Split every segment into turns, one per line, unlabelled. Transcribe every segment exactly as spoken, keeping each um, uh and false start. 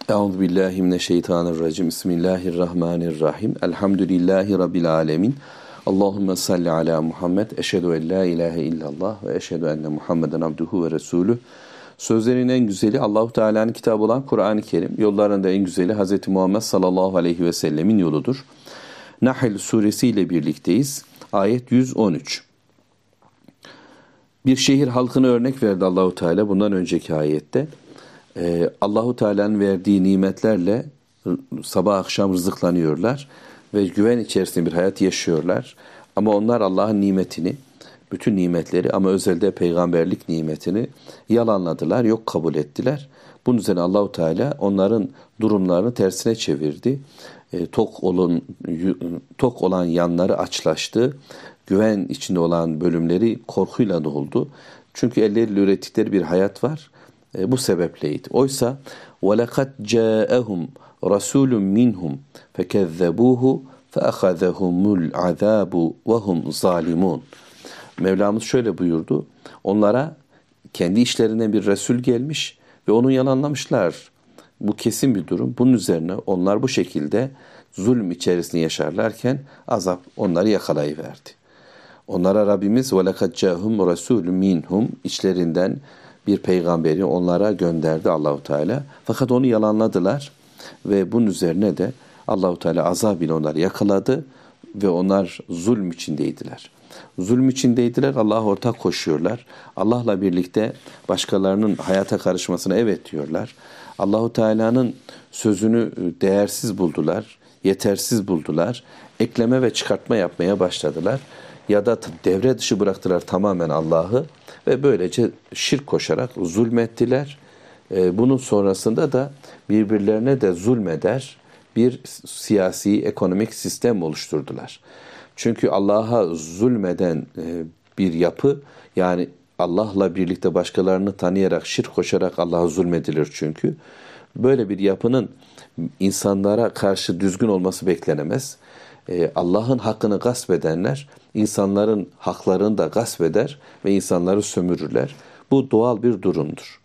Euzubillahimineşşeytanirracim. Bismillahirrahmanirrahim. Elhamdülillahi Rabbil alemin. Allahümme salli ala Muhammed. Eşhedü en la ilahe illallah ve eşhedü enne Muhammeden abduhu ve resulü. Sözlerin en güzeli Allahu Teala'nın kitabı olan Kur'an-ı Kerim. Yollarında en güzeli Hz. Muhammed sallallahu aleyhi ve sellemin yoludur. Nahl suresi ile birlikteyiz. Ayet yüz on üç. Bir şehir halkına örnek verdi Allahu Teala bundan önceki ayette. Ee, Allahu Teala'nın verdiği nimetlerle sabah akşam rızıklanıyorlar ve güven içerisinde bir hayat yaşıyorlar. Ama onlar Allah'ın nimetini, bütün nimetleri ama özellikle peygamberlik nimetini yalanladılar, yok kabul ettiler. Bunun üzerine Allahu Teala onların durumlarını tersine çevirdi. E, tok olan tok olan yanları açlaştı. Güven içinde olan bölümleri korkuyla doldu. Çünkü elleriyle ürettikleri bir hayat var. E, bu sebepleydi. Oysa وَلَقَدْ جَاءَهُمْ رَسُولٌ مِّنْهُمْ فَكَذَّبُوهُ فَأَخَذَهُمُ الْعَذَابُ وَهُمْ ظَالِمُونَ. Mevlamız şöyle buyurdu. Onlara kendi işlerinden bir Resul gelmiş ve onu yalanlamışlar. Bu kesin bir durum. Bunun üzerine onlar bu şekilde zulüm içerisinde yaşarlarken azap onları yakalayıverdi. Onlara Rabbimiz وَلَقَدْ جَاءَهُمْ رَسُولٌ مِّنْهُمْ içlerinden bir peygamberi onlara gönderdi Allahu Teala. Fakat onu yalanladılar ve bunun üzerine de Allahu Teala azab ile onları yakaladı ve onlar zulm içindeydiler. Zulm içindeydiler, Allah'a ortak koşuyorlar. Allah'la birlikte başkalarının hayata karışmasına evet diyorlar. Allahu Teala'nın sözünü değersiz buldular, yetersiz buldular. Ekleme ve çıkartma yapmaya başladılar. Ya da devre dışı bıraktılar tamamen Allah'ı ve böylece şirk koşarak zulmettiler. Bunun sonrasında da birbirlerine de zulmeder bir siyasi, ekonomik sistem oluşturdular. Çünkü Allah'a zulmeden bir yapı, yani Allah'la birlikte başkalarını tanıyarak, şirk koşarak Allah'a zulmedilir çünkü. Böyle bir yapının insanlara karşı düzgün olması beklenemez. Allah'ın hakkını gasp edenler, insanların haklarını da gasp eder ve insanları sömürürler. Bu doğal bir durumdur.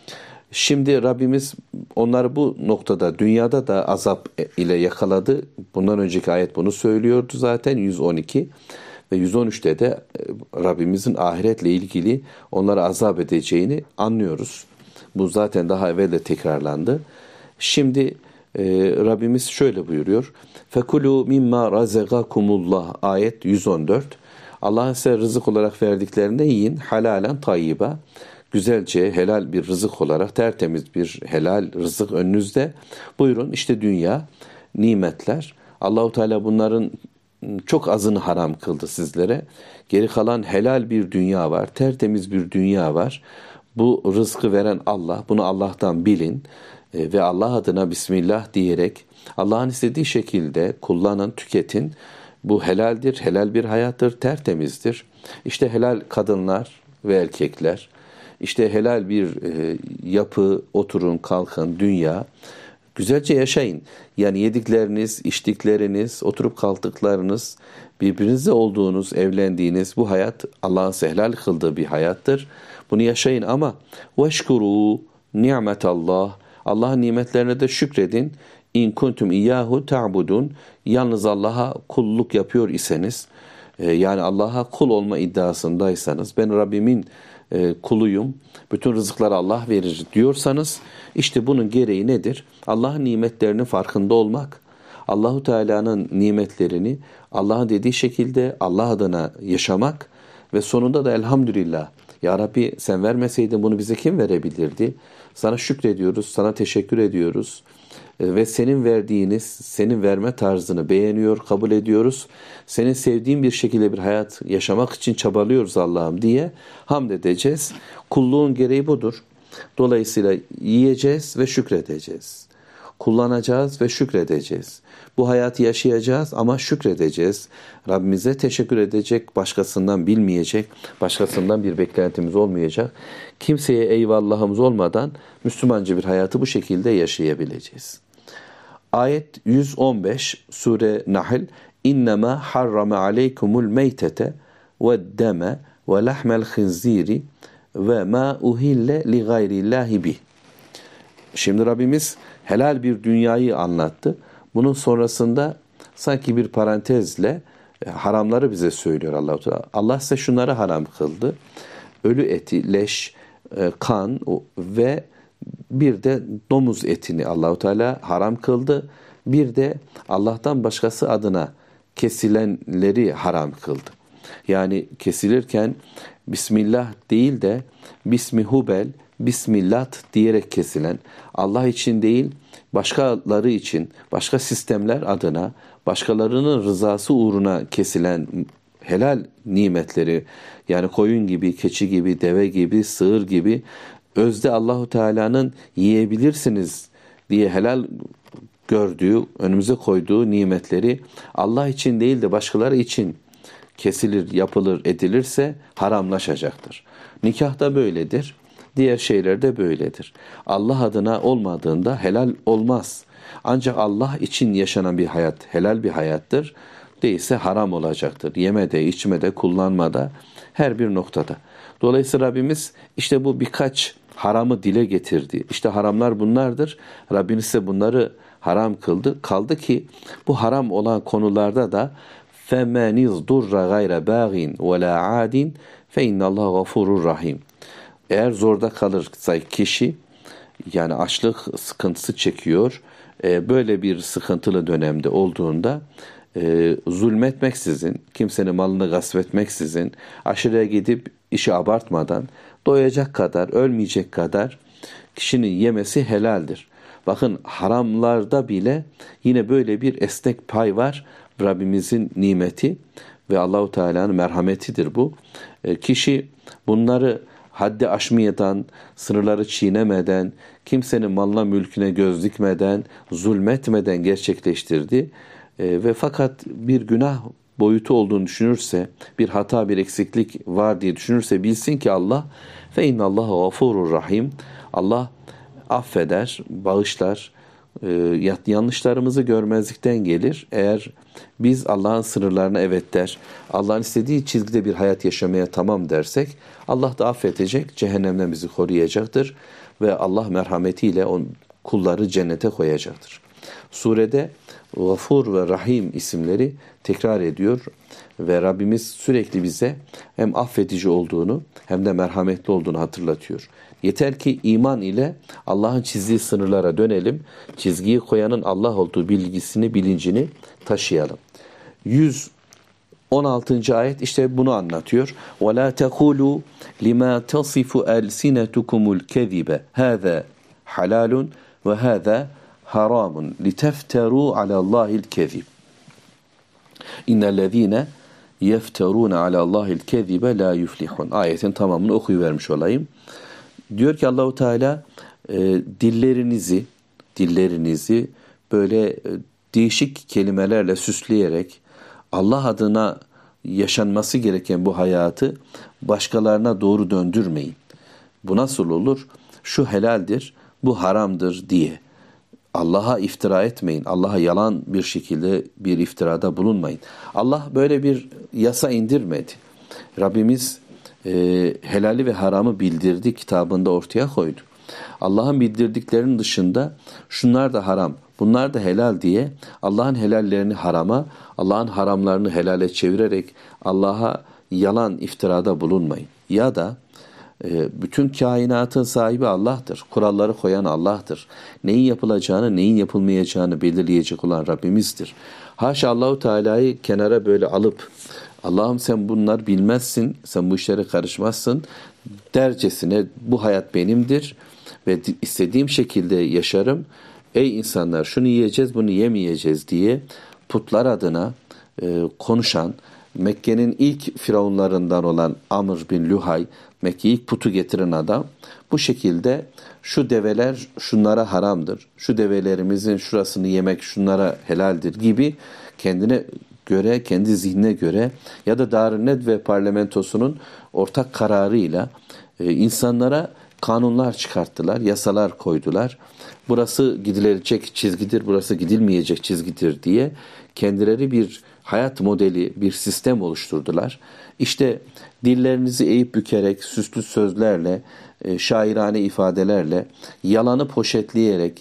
Şimdi Rabbimiz onları bu noktada, dünyada da azap ile yakaladı. Bundan önceki ayet bunu söylüyordu zaten, yüz on iki ve yüz on üçte de Rabbimizin ahiretle ilgili onları azap edeceğini anlıyoruz. Bu zaten daha evvel de tekrarlandı. Şimdi e, Rabbimiz şöyle buyuruyor. Fekulu mimma razaqakumullah, ayet yüz on dört. Allah'ın size rızık olarak verdiklerinde yiyin, halalen tayyiba. Güzelce helal bir rızık olarak, tertemiz bir helal rızık önünüzde. Buyurun, işte dünya, nimetler. Allahu Teala bunların çok azını haram kıldı sizlere. Geri kalan helal bir dünya var, tertemiz bir dünya var. Bu rızkı veren Allah, bunu Allah'tan bilin e, ve Allah adına Bismillah diyerek Allah'ın istediği şekilde kullanın, tüketin. Bu helaldir, helal bir hayattır, tertemizdir. İşte helal kadınlar ve erkekler. İşte helal bir e, yapı, oturun, kalkın, dünya. Güzelce yaşayın. Yani yedikleriniz, içtikleriniz, oturup kalktıklarınız, birbirinizle olduğunuz, evlendiğiniz bu hayat Allah'ın size helal kıldığı bir hayattır. Bunu yaşayın ama veşkuru ni'metallah. Allah'ın nimetlerine de şükredin. İn kuntum iyyahu ta'budun. Yalnız Allah'a kulluk yapıyor iseniz, e, yani Allah'a kul olma iddiasındaysanız, ben Rabbimin e, kuluyum, bütün rızıkları Allah verir diyorsanız, işte bunun gereği nedir? Allah'ın nimetlerinin farkında olmak, Allahu Teala'nın nimetlerini Allah'ın dediği şekilde Allah adına yaşamak ve sonunda da elhamdülillah, ya Rabbi sen vermeseydin bunu bize kim verebilirdi? Sana şükrediyoruz, sana teşekkür ediyoruz ve senin verdiğiniz, senin verme tarzını beğeniyor, kabul ediyoruz. Senin sevdiğin bir şekilde bir hayat yaşamak için çabalıyoruz Allah'ım diye hamd edeceğiz. Kulluğun gereği budur. Dolayısıyla yiyeceğiz ve şükredeceğiz. Kullanacağız ve şükredeceğiz. Bu hayatı yaşayacağız ama şükredeceğiz. Rabbimize teşekkür edecek, başkasından bilmeyecek, başkasından bir beklentimiz olmayacak. Kimseye eyvallahımız olmadan Müslümanca bir hayatı bu şekilde yaşayabileceğiz. Ayet yüz on beş, Sure Nahl. İnnemâ harrame aleykumul meytete ve deme ve lahmel khinziri ve ma uhille li gayrillâhi bih. Şimdi Rabbimiz helal bir dünyayı anlattı. Bunun sonrasında sanki bir parantezle e, haramları bize söylüyor Allah-u Teala. Allah size şunları haram kıldı. Ölü eti, leş, e, kan ve bir de domuz etini Allah-u Teala haram kıldı. Bir de Allah'tan başkası adına kesilenleri haram kıldı. Yani kesilirken Bismillah değil de Bismi Hubel, Bismillat diyerek kesilen, Allah için değil başkaları için, başka sistemler adına, başkalarının rızası uğruna kesilen helal nimetleri, yani koyun gibi, keçi gibi, deve gibi, sığır gibi özde Allahu Teala'nın yiyebilirsiniz diye helal gördüğü, önümüze koyduğu nimetleri Allah için değil de başkaları için kesilir, yapılır, edilirse haramlaşacaktır. Nikah da böyledir. Diğer şeyler de böyledir. Allah adına olmadığında helal olmaz. Ancak Allah için yaşanan bir hayat helal bir hayattır. Değilse haram olacaktır. Yemede, içmede, kullanmada, her bir noktada. Dolayısıyla Rabbimiz işte bu birkaç haramı dile getirdi. İşte haramlar bunlardır. Rabbimiz ise bunları haram kıldı. Kaldı ki bu haram olan konularda da فَمَنِ اِزْدُرَّ غَيْرَ بَاغٍ وَلَا عَادٍ فَاِنَّ اللّٰهَ غَفُورٌ رَحِيمٌ. Eğer zorda kalırsa kişi, yani açlık sıkıntısı çekiyor, böyle bir sıkıntılı dönemde olduğunda zulmetmeksizin, kimsenin malını gasp etmeksizin, aşırıya gidip işi abartmadan, doyacak kadar, ölmeyecek kadar kişinin yemesi helaldir. Bakın haramlarda bile yine böyle bir esnek pay var. Rabbimizin nimeti ve Allahu Teala'nın merhametidir bu. E, kişi bunları haddi aşmayan, sınırları çiğnemeden, kimsenin malına mülküne göz dikmeden, zulmetmeden gerçekleştirdi. E, ve fakat bir günah boyutu olduğunu düşünürse, bir hata, bir eksiklik var diye düşünürse bilsin ki Allah fe innallaha gafurur rahim. Allah affeder, bağışlar, e, yanlışlarımızı görmezlikten gelir. Eğer biz Allah'ın sınırlarına evet der, Allah'ın istediği çizgide bir hayat yaşamaya tamam dersek, Allah da affedecek, cehennemden bizi koruyacaktır ve Allah merhametiyle on kulları cennete koyacaktır. Surede Gafur ve Rahim isimleri tekrar ediyor ve Rabbimiz sürekli bize hem affedici olduğunu hem de merhametli olduğunu hatırlatıyor. Yeter ki iman ile Allah'ın çizdiği sınırlara dönelim, çizgiyi koyanın Allah olduğu bilgisini, bilincini taşıyalım. yüz on altıncı ayet işte bunu anlatıyor. وَلَا تَقُولُوا لِمَا تَصِفُ أَلْسِنَتُكُمُ الْكَذِبَ هَذَا حَلَالٌ وَهَذَا haramun litefteru alallahi'l kezib. İnnellezîne yefterûne alallâhi'l kezibe la yuflihun. Ayetin tamamını okuyuvermiş olayım. Diyor ki Allahu Teala e, dillerinizi dillerinizi böyle e, değişik kelimelerle süsleyerek Allah adına yaşanması gereken bu hayatı başkalarına doğru döndürmeyin. Bu nasıl olur? Şu helaldir, bu haramdır diye. Allah'a iftira etmeyin. Allah'a yalan bir şekilde bir iftirada bulunmayın. Allah böyle bir yasa indirmedi. Rabbimiz e, helali ve haramı bildirdi, kitabında ortaya koydu. Allah'ın bildirdiklerinin dışında şunlar da haram, bunlar da helal diye Allah'ın helallerini harama, Allah'ın haramlarını helale çevirerek Allah'a yalan iftirada bulunmayın. Ya da bütün kainatın sahibi Allah'tır. Kuralları koyan Allah'tır. Neyin yapılacağını, neyin yapılmayacağını belirleyecek olan Rabbimizdir. Haşa Allahu Teala'yı kenara böyle alıp Allah'ım sen bunlar bilmezsin, sen bu işlere karışmazsın dercesine bu hayat benimdir ve istediğim şekilde yaşarım. Ey insanlar şunu yiyeceğiz, bunu yemeyeceğiz diye putlar adına e, konuşan Mekke'nin ilk firavunlarından olan Amr bin Luhay, Mekke'ye ilk putu getiren adam bu şekilde şu develer şunlara haramdır, şu develerimizin şurasını yemek şunlara helaldir gibi kendine göre, kendi zihnine göre ya da Darun Nedve parlamentosunun ortak kararıyla e, insanlara kanunlar çıkarttılar, yasalar koydular. Burası gidilecek çizgidir, burası gidilmeyecek çizgidir diye kendileri bir hayat modeli, bir sistem oluşturdular. İşte dillerinizi eğip bükerek, süslü sözlerle, e, şairane ifadelerle, yalanı poşetleyerek,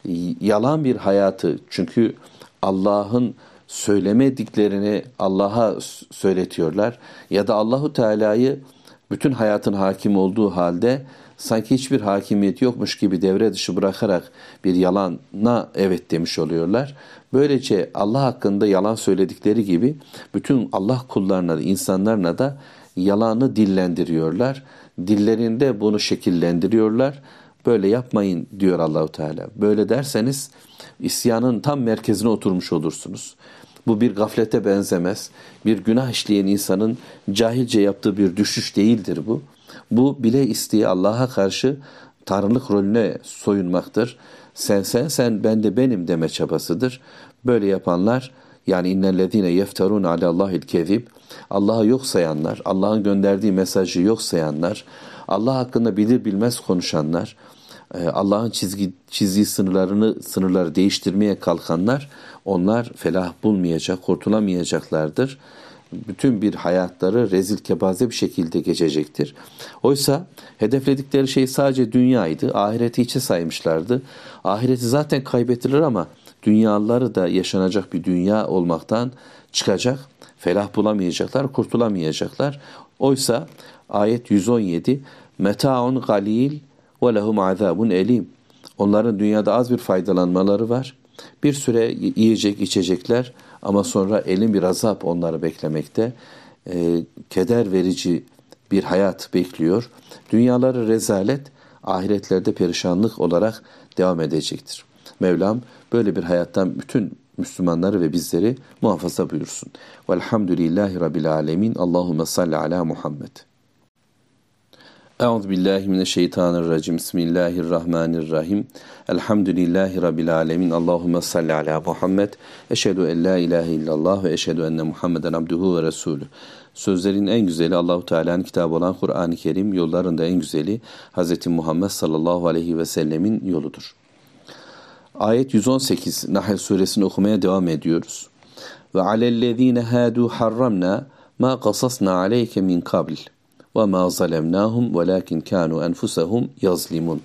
yalan bir hayatı, çünkü Allah'ın söylemediklerini Allah'a söyletiyorlar ya da Allahu Teala'yı bütün hayatın hakim olduğu halde sanki hiçbir hakimiyet yokmuş gibi devre dışı bırakarak bir yalana evet demiş oluyorlar. Böylece Allah hakkında yalan söyledikleri gibi bütün Allah kullarına da, insanlarına da yalanı dillendiriyorlar. Dillerinde bunu şekillendiriyorlar. Böyle yapmayın diyor Allahu Teala. Böyle derseniz isyanın tam merkezine oturmuş olursunuz. Bu bir gaflete benzemez. Bir günah işleyen insanın cahilce yaptığı bir düşüş değildir bu. Bu bile isteye Allah'a karşı tanrılık rolüne soyunmaktır. Sen sen sen ben de benim deme çabasıdır. Böyle yapanlar, yani innellezine yefterun alallahil kezib, Allah'ı yok sayanlar, Allah'ın gönderdiği mesajı yok sayanlar, Allah hakkında bilir bilmez konuşanlar, Allah'ın çizgi, çizdiği sınırlarını sınırları değiştirmeye kalkanlar, onlar felah bulmayacak, kurtulamayacaklardır. Bütün bir hayatları rezil kepaze bir şekilde geçecektir. Oysa hedefledikleri şey sadece dünyaydı. Ahireti hiçe saymışlardı. Ahireti zaten kaybettiler ama dünyaları da yaşanacak bir dünya olmaktan çıkacak. Felah bulamayacaklar, kurtulamayacaklar. Oysa ayet yüz on yedi Meta'un galil ve lehum azabun elim. Onların dünyada az bir faydalanmaları var. Bir süre yiyecek içecekler ama sonra elin bir azap onları beklemekte. E, keder verici bir hayat bekliyor. Dünyaları rezalet, ahiretlerde perişanlık olarak devam edecektir. Mevlam böyle bir hayattan bütün Müslümanları ve bizleri muhafaza buyursun. Velhamdülillahi Rabbil alemin. Allahümme salli ala Muhammed. Euzubillahimineşşeytanirracim. Bismillahirrahmanirrahim. Elhamdülillahi Rabbil alemin. Allahümme salli ala Muhammed. Eşhedü en la ilahe illallah ve eşhedü enne Muhammeden abduhu ve resulü. Sözlerin en güzeli Allahu Teala'nın kitabı olan Kur'an-ı Kerim, yolların da en güzeli Hz. Muhammed sallallahu aleyhi ve sellemin yoludur. Ayet yüz on sekiz Nahl suresini okumaya devam ediyoruz. Ve alellezine hadu harramna ma qasasna aleyke min qabl ve ma zalemnahum velakin kanu enfusahum yazlimun.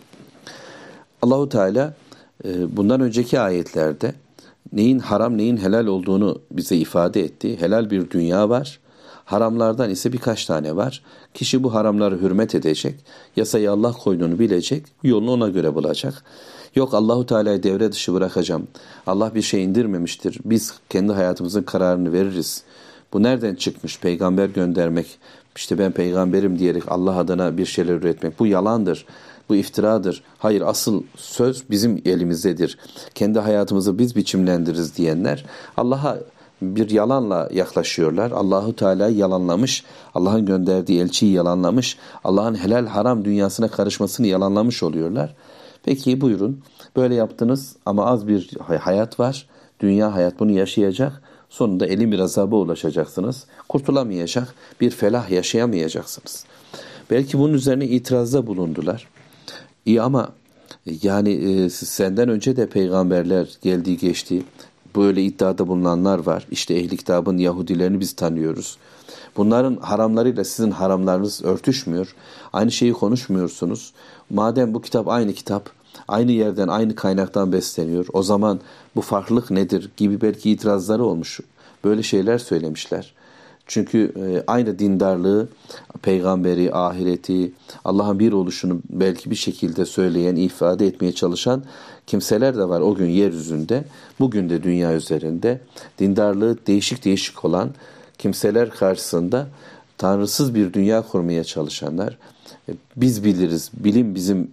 Allahu Teala bundan önceki ayetlerde neyin haram neyin helal olduğunu bize ifade etti. Helal bir dünya var. Haramlardan ise birkaç tane var. Kişi bu haramları hürmet edecek. Yasayı Allah koyduğunu bilecek. Yolunu ona göre bulacak. Yok Allahu Teala'yı devre dışı bırakacağım. Allah bir şey indirmemiştir. Biz kendi hayatımızın kararını veririz. Bu nereden çıkmış? Peygamber göndermek, işte ben peygamberim diyerek Allah adına bir şeyler üretmek. Bu yalandır. Bu iftiradır. Hayır, asıl söz bizim elimizdedir. Kendi hayatımızı biz biçimlendiririz diyenler Allah'a bir yalanla yaklaşıyorlar. Allahu Teala'yı yalanlamış, Allah'ın gönderdiği elçiyi yalanlamış, Allah'ın helal haram dünyasına karışmasını yalanlamış oluyorlar. Peki buyurun, böyle yaptınız ama az bir hayat var, dünya hayat, bunu yaşayacak, sonunda elin bir azaba ulaşacaksınız, kurtulamayacak, bir felah yaşayamayacaksınız. Belki bunun üzerine itirazda bulundular. İyi ama yani e, senden önce de peygamberler geldi geçti, böyle iddiada bulunanlar var. İşte ehli kitabın Yahudilerini biz tanıyoruz. Bunların haramlarıyla sizin haramlarınız örtüşmüyor. Aynı şeyi konuşmuyorsunuz. Madem bu kitap aynı kitap, aynı yerden, aynı kaynaktan besleniyor, o zaman bu farklılık nedir gibi belki itirazları olmuş. Böyle şeyler söylemişler. Çünkü aynı dindarlığı, peygamberi, ahireti, Allah'ın bir oluşunu belki bir şekilde söyleyen, ifade etmeye çalışan kimseler de var o gün yeryüzünde, bugün de dünya üzerinde. Dindarlığı değişik değişik olan kimseler karşısında tanrısız bir dünya kurmaya çalışanlar, biz biliriz, bilim bizim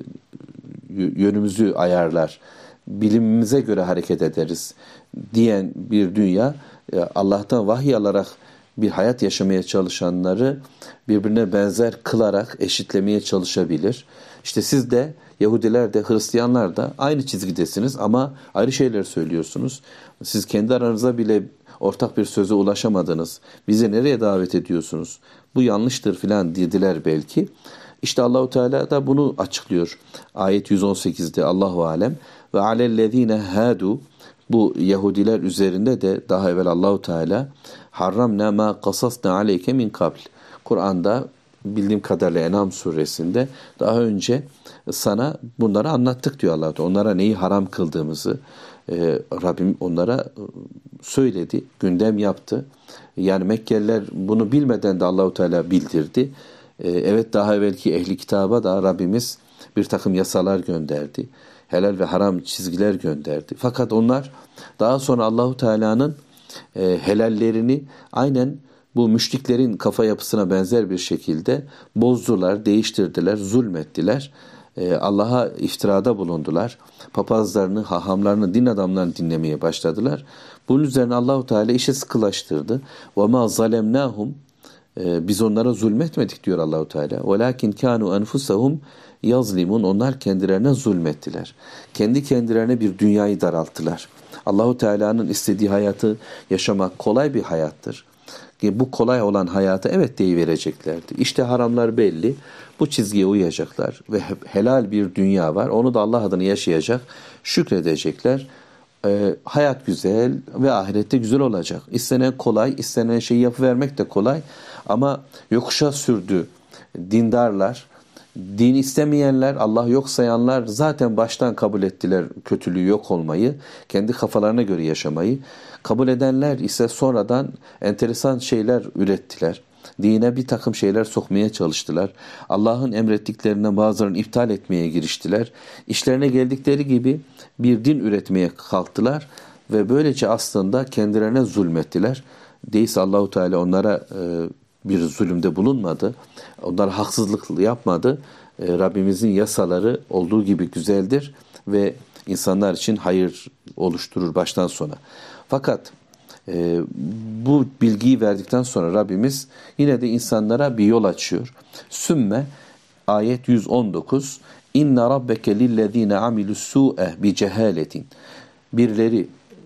yönümüzü ayarlar, bilimimize göre hareket ederiz diyen bir dünya, Allah'tan vahiy alarak bir hayat yaşamaya çalışanları birbirine benzer kılarak eşitlemeye çalışabilir. İşte siz de, Yahudiler de, Hristiyanlar da aynı çizgidesiniz ama ayrı şeyler söylüyorsunuz. Siz kendi aranızda bile ortak bir söze ulaşamadınız. Bizi nereye davet ediyorsunuz? Bu yanlıştır filan dediler belki. İşte Allahu Teala da bunu açıklıyor. Ayet yüz on sekizde Allahu alem ve alellezine hadu, Bu Yahudiler üzerinde de daha evvel Allahu Teala harramna ma qasasna aleyke min kabl. Kur'an'da bildiğim kadarıyla En'am suresinde daha önce sana bunları anlattık diyor Allah Teala. Onlara neyi haram kıldığımızı e, Rabbim onlara söyledi, gündem yaptı. Yani Mekkeliler bunu bilmeden de Allahu Teala bildirdi. E, evet daha evvelki ehli kitaba da Rabbimiz bir takım yasalar gönderdi. Helal ve haram çizgiler gönderdi. Fakat onlar daha sonra Allahu Teala'nın e, helallerini aynen bu müşriklerin kafa yapısına benzer bir şekilde bozdular, değiştirdiler, zulmettiler. E, Allah'a iftirada bulundular. Papazlarını, hahamlarını, din adamlarını dinlemeye başladılar. Bunun üzerine Allahu Teala işe sıkılaştırdı. Ve ma zalemnahum, biz onlara zulmetmedik diyor Allahu Teala. Velakin kanu enfusahum yazlimun, onlar kendilerine zulmettiler. Kendi kendilerine bir dünyayı daralttılar. Allahu Teala'nın istediği hayatı yaşamak kolay bir hayattır. Bu kolay olan hayata evet deyivereceklerdi. İşte haramlar belli. Bu çizgiye uyacaklar ve helal bir dünya var. Onu da Allah adına yaşayacak, şükredecekler. Ee, hayat güzel ve ahirette güzel olacak. İstenen kolay, istenen şeyi yapıvermek de kolay. Ama yokuşa sürdü dindarlar, din istemeyenler, Allah yok sayanlar zaten baştan kabul ettiler kötülüğü, yok olmayı, kendi kafalarına göre yaşamayı. Kabul edenler ise sonradan enteresan şeyler ürettiler. Dine bir takım şeyler sokmaya çalıştılar. Allah'ın emrettiklerinden bazılarını iptal etmeye giriştiler. İşlerine geldikleri gibi bir din üretmeye kalktılar ve böylece aslında kendilerine zulmettiler. Değilse Allahu Teala onlara e, bir zulümde bulunmadı. Onlara haksızlık yapmadı. E, Rabbimizin yasaları olduğu gibi güzeldir ve insanlar için hayır oluşturur baştan sona. Fakat e, bu bilgiyi verdikten sonra Rabbimiz yine de insanlara bir yol açıyor. Sümme ayet yüz on dokuz İnne rabbeke lillezine amilus su'e bi cehaletin. Birileri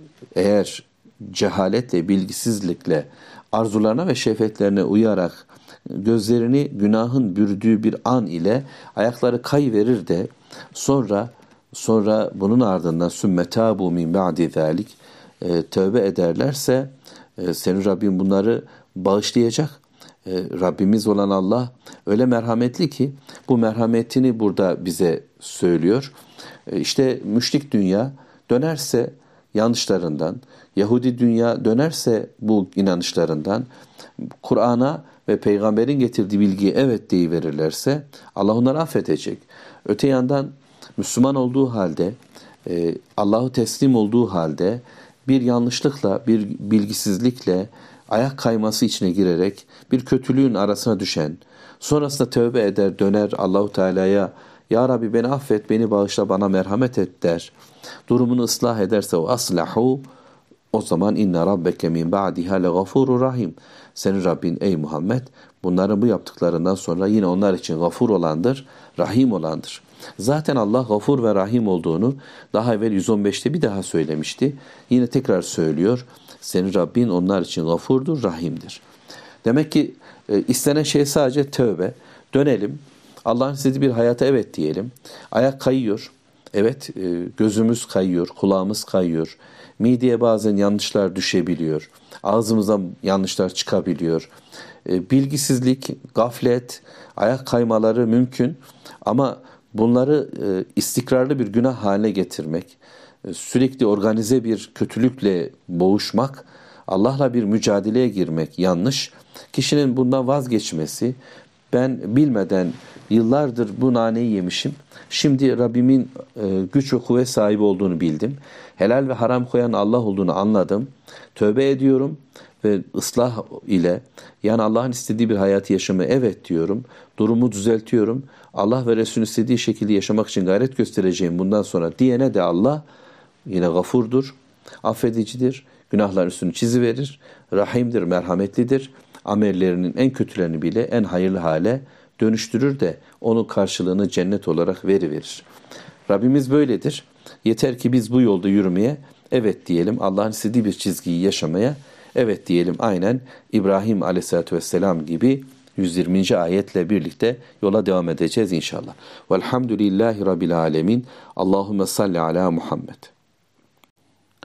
eğer cehaletle, bilgisizlikle arzularına ve şehvetlerine uyarak gözlerini günahın bürüdüğü bir an ile ayakları kayıverir de sonra sonra bunun ardından sümme tabu min ba'di zalik e, tövbe ederlerse e, senin Rabbin bunları bağışlayacak. E, Rabbimiz olan Allah öyle merhametli ki bu merhametini burada bize söylüyor. E, işte müşrik dünya dönerse yanlışlarından, Yahudi dünya dönerse bu inanışlarından, Kur'an'a ve peygamberin getirdiği bilgiye evet deyiverirlerse Allah onları affedecek. Öte yandan Müslüman olduğu halde, Allah'u teslim olduğu halde bir yanlışlıkla, bir bilgisizlikle, ayak kayması içine girerek bir kötülüğün arasına düşen, sonrasında tövbe eder, döner Allahu Teala'ya, Ya Rabbi beni affet, beni bağışla, bana merhamet et der. Durumunu ıslah ederse o aslahu, o zaman inne rabbeke min ba'diha legafurur rahim. Senin Rabbin ey Muhammed bunların bu yaptıklarından sonra yine onlar için gafur olandır, rahim olandır. Zaten Allah gafur ve rahim olduğunu daha evvel yüz on beşte bir daha söylemişti. Yine tekrar söylüyor. Senin Rabbin onlar için gafurdur, rahimdir. Demek ki e, istenen şey sadece tövbe. Dönelim. Allah'ın istediği bir hayata evet diyelim. Ayak kayıyor. Evet, e, gözümüz kayıyor, kulağımız kayıyor. Mideye bazen yanlışlar düşebiliyor. Ağzımızdan yanlışlar çıkabiliyor. E, bilgisizlik, gaflet, ayak kaymaları mümkün. Ama bunları e, istikrarlı bir günah haline getirmek, e, sürekli organize bir kötülükle boğuşmak, Allah'la bir mücadeleye girmek yanlış. Kişinin bundan vazgeçmesi, ben bilmeden yıllardır bu naneyi yemişim. Şimdi Rabbimin e, güç ve kuvvet sahibi olduğunu bildim. Helal ve haram koyan Allah olduğunu anladım. Tövbe ediyorum ve ıslah ile, yani Allah'ın istediği bir hayatı yaşamaya evet diyorum. Durumu düzeltiyorum. Allah ve Resulü istediği şekilde yaşamak için gayret göstereceğim bundan sonra diyene de Allah yine gafurdur, affedicidir, günahlar üstünü çiziverir, rahimdir, merhametlidir. Amellerinin en kötülerini bile en hayırlı hale dönüştürür de onun karşılığını cennet olarak veriverir. Rabbimiz böyledir. Yeter ki biz bu yolda yürümeye evet diyelim. Allah'ın istediği bir çizgiyi yaşamaya evet diyelim. Aynen İbrahim Aleyhisselatü Vesselam gibi yüz yirminci ayetle birlikte yola devam edeceğiz inşallah. Velhamdülillahi Rabbil Alemin. Allahümme salli ala Muhammed.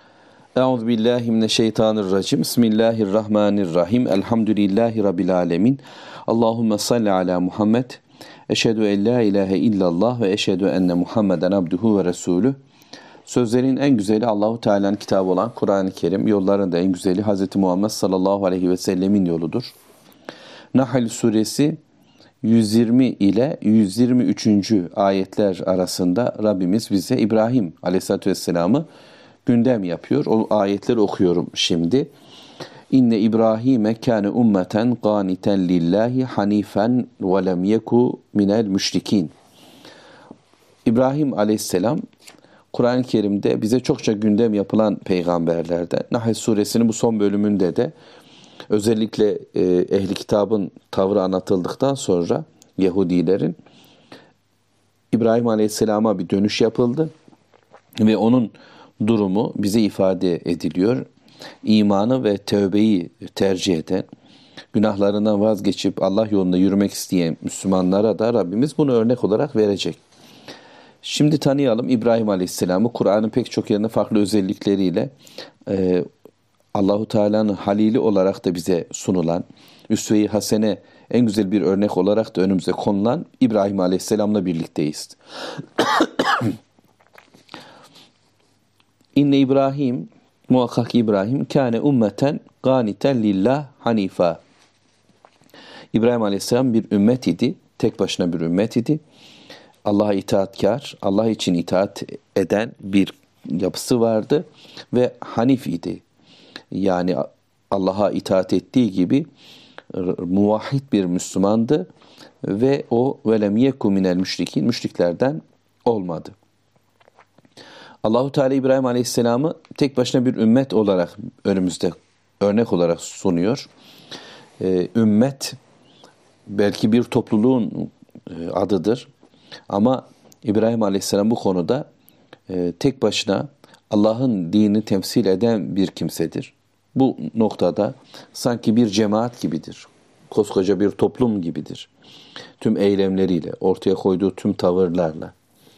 Euzu billahi mineşşeytanirracim. Bismillahirrahmanirrahim. Elhamdülillahi rabbil alamin. Allahumme salli ala Muhammed. Eşhedü en la ilahe illallah ve eşhedü enne Muhammeden abduhu ve resulü. Sözlerin en güzeli Allahu Teala'nın kitabı olan Kur'an-ı Kerim, yolların da en güzeli Hz. Muhammed sallallahu aleyhi ve sellemin yoludur. Nahl suresi yüz yirmi ile yüz yirmi üçüncü ayetler arasında Rabbimiz bize İbrahim aleyhissalatü vesselam'ı gündem yapıyor. O ayetleri okuyorum şimdi. İnne İbrahime kâne ummeten gâniten lillahi hanifen ve lem yeku minel müşrikîn. İbrahim aleyhisselam Kur'an-ı Kerim'de bize çokça gündem yapılan peygamberlerden. Nahl suresinin bu son bölümünde de özellikle e, ehli kitabın tavrı anlatıldıktan sonra Yahudilerin İbrahim aleyhisselama bir dönüş yapıldı ve onun durumu bize ifade ediliyor. İmanı ve tövbeyi tercih eden, günahlarından vazgeçip Allah yolunda yürümek isteyen Müslümanlara da Rabbimiz bunu örnek olarak verecek. Şimdi tanıyalım İbrahim Aleyhisselam'ı. Kur'an'ın pek çok yerinde farklı özellikleriyle e, Allahu Teala'nın halili olarak da bize sunulan, üsve-i hasene en güzel bir örnek olarak da önümüze konulan İbrahim Aleyhisselam'la birlikteyiz. İnne İbrahim, muhakkak İbrahim, kâne ummeten gâniten lillah hanifa. İbrahim Aleyhisselam bir ümmet idi, tek başına bir ümmet idi. Allah'a itaatkar, Allah için itaat eden bir yapısı vardı ve hanif idi. Yani Allah'a itaat ettiği gibi muvahhid bir Müslümandı ve o velem yeku minel müşrikin, müşriklerden olmadı. Allahu Teala İbrahim Aleyhisselam'ı tek başına bir ümmet olarak önümüzde örnek olarak sunuyor. Ee, ümmet belki bir topluluğun e, adıdır ama İbrahim Aleyhisselam bu konuda e, tek başına Allah'ın dinini temsil eden bir kimsedir. Bu noktada sanki bir cemaat gibidir. Koskoca bir toplum gibidir. Tüm eylemleriyle, ortaya koyduğu tüm tavırlarla,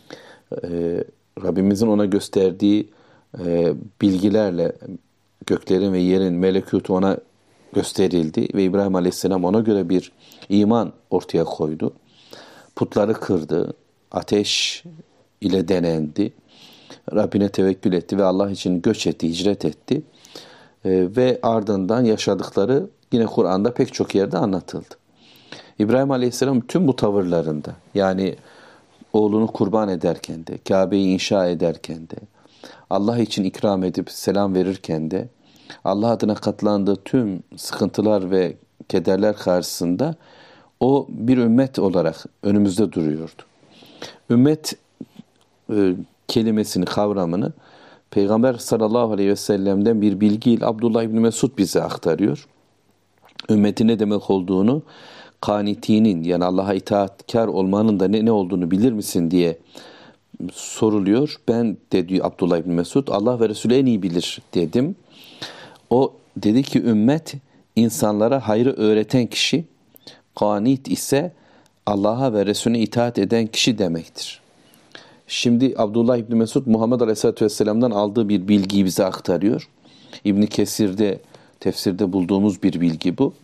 e, Rabbimizin ona gösterdiği e, bilgilerle göklerin ve yerin melekutu ona gösterildi ve İbrahim Aleyhisselam ona göre bir iman ortaya koydu. Putları kırdı, ateş ile denendi, Rabbine tevekkül etti ve Allah için göç etti, hicret etti. E, ve ardından yaşadıkları yine Kur'an'da pek çok yerde anlatıldı. İbrahim Aleyhisselam tüm bu tavırlarında, yani oğlunu kurban ederken de, Kabe'yi inşa ederken de, Allah için ikram edip selam verirken de, Allah adına katlandığı tüm sıkıntılar ve kederler karşısında o bir ümmet olarak önümüzde duruyordu. Ümmet e, kelimesini, kavramını Peygamber sallallahu aleyhi ve sellem'den bir bilgiyle Abdullah İbni Mesud bize aktarıyor. Ümmetin ne demek olduğunu, kanitinin, yani Allah'a itaatkar olmanın da ne, ne olduğunu bilir misin diye soruluyor. Ben de diyor Abdullah İbni Mesud, Allah ve Resulü en iyi bilir dedim. O dedi ki ümmet insanlara hayrı öğreten kişi, kanit ise Allah'a ve Resulüne itaat eden kişi demektir. Şimdi Abdullah İbni Mesud Muhammed Aleyhisselatü Vesselam'dan aldığı bir bilgiyi bize aktarıyor. İbn Kesir'de, tefsirde bulduğumuz bir bilgi bu.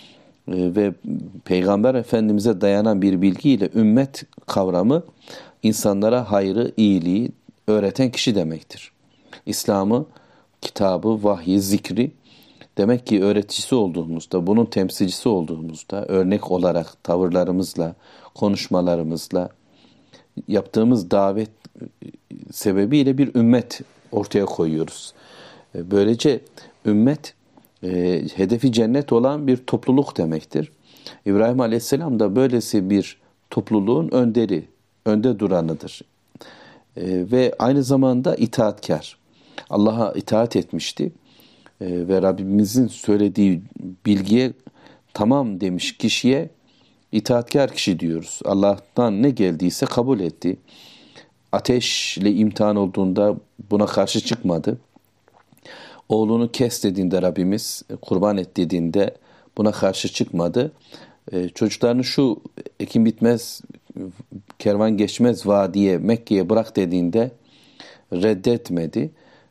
Ve Peygamber Efendimiz'e dayanan bir bilgiyle ümmet kavramı insanlara hayrı, iyiliği öğreten kişi demektir. İslam'ı, kitabı, vahyi, zikri demek ki öğreticisi olduğumuzda, bunun temsilcisi olduğumuzda, örnek olarak tavırlarımızla, konuşmalarımızla, yaptığımız davet sebebiyle bir ümmet ortaya koyuyoruz. Böylece ümmet e, hedefi cennet olan bir topluluk demektir. İbrahim Aleyhisselam da böylesi bir topluluğun önderi, önde duranıdır. E, ve aynı zamanda itaatkar. Allah'a itaat etmişti. E, ve Rabbimizin söylediği bilgiye tamam demiş kişiye itaatkar kişi diyoruz. Allah'tan ne geldiyse kabul etti. Ateşle imtihan olduğunda buna karşı çıkmadı. Oğlunu kes dediğinde Rabbimiz, kurban et dediğinde buna karşı çıkmadı. Ee, çocuklarını şu ekin bitmez, kervan geçmez vadiye, Mekke'ye bırak dediğinde reddetmedi.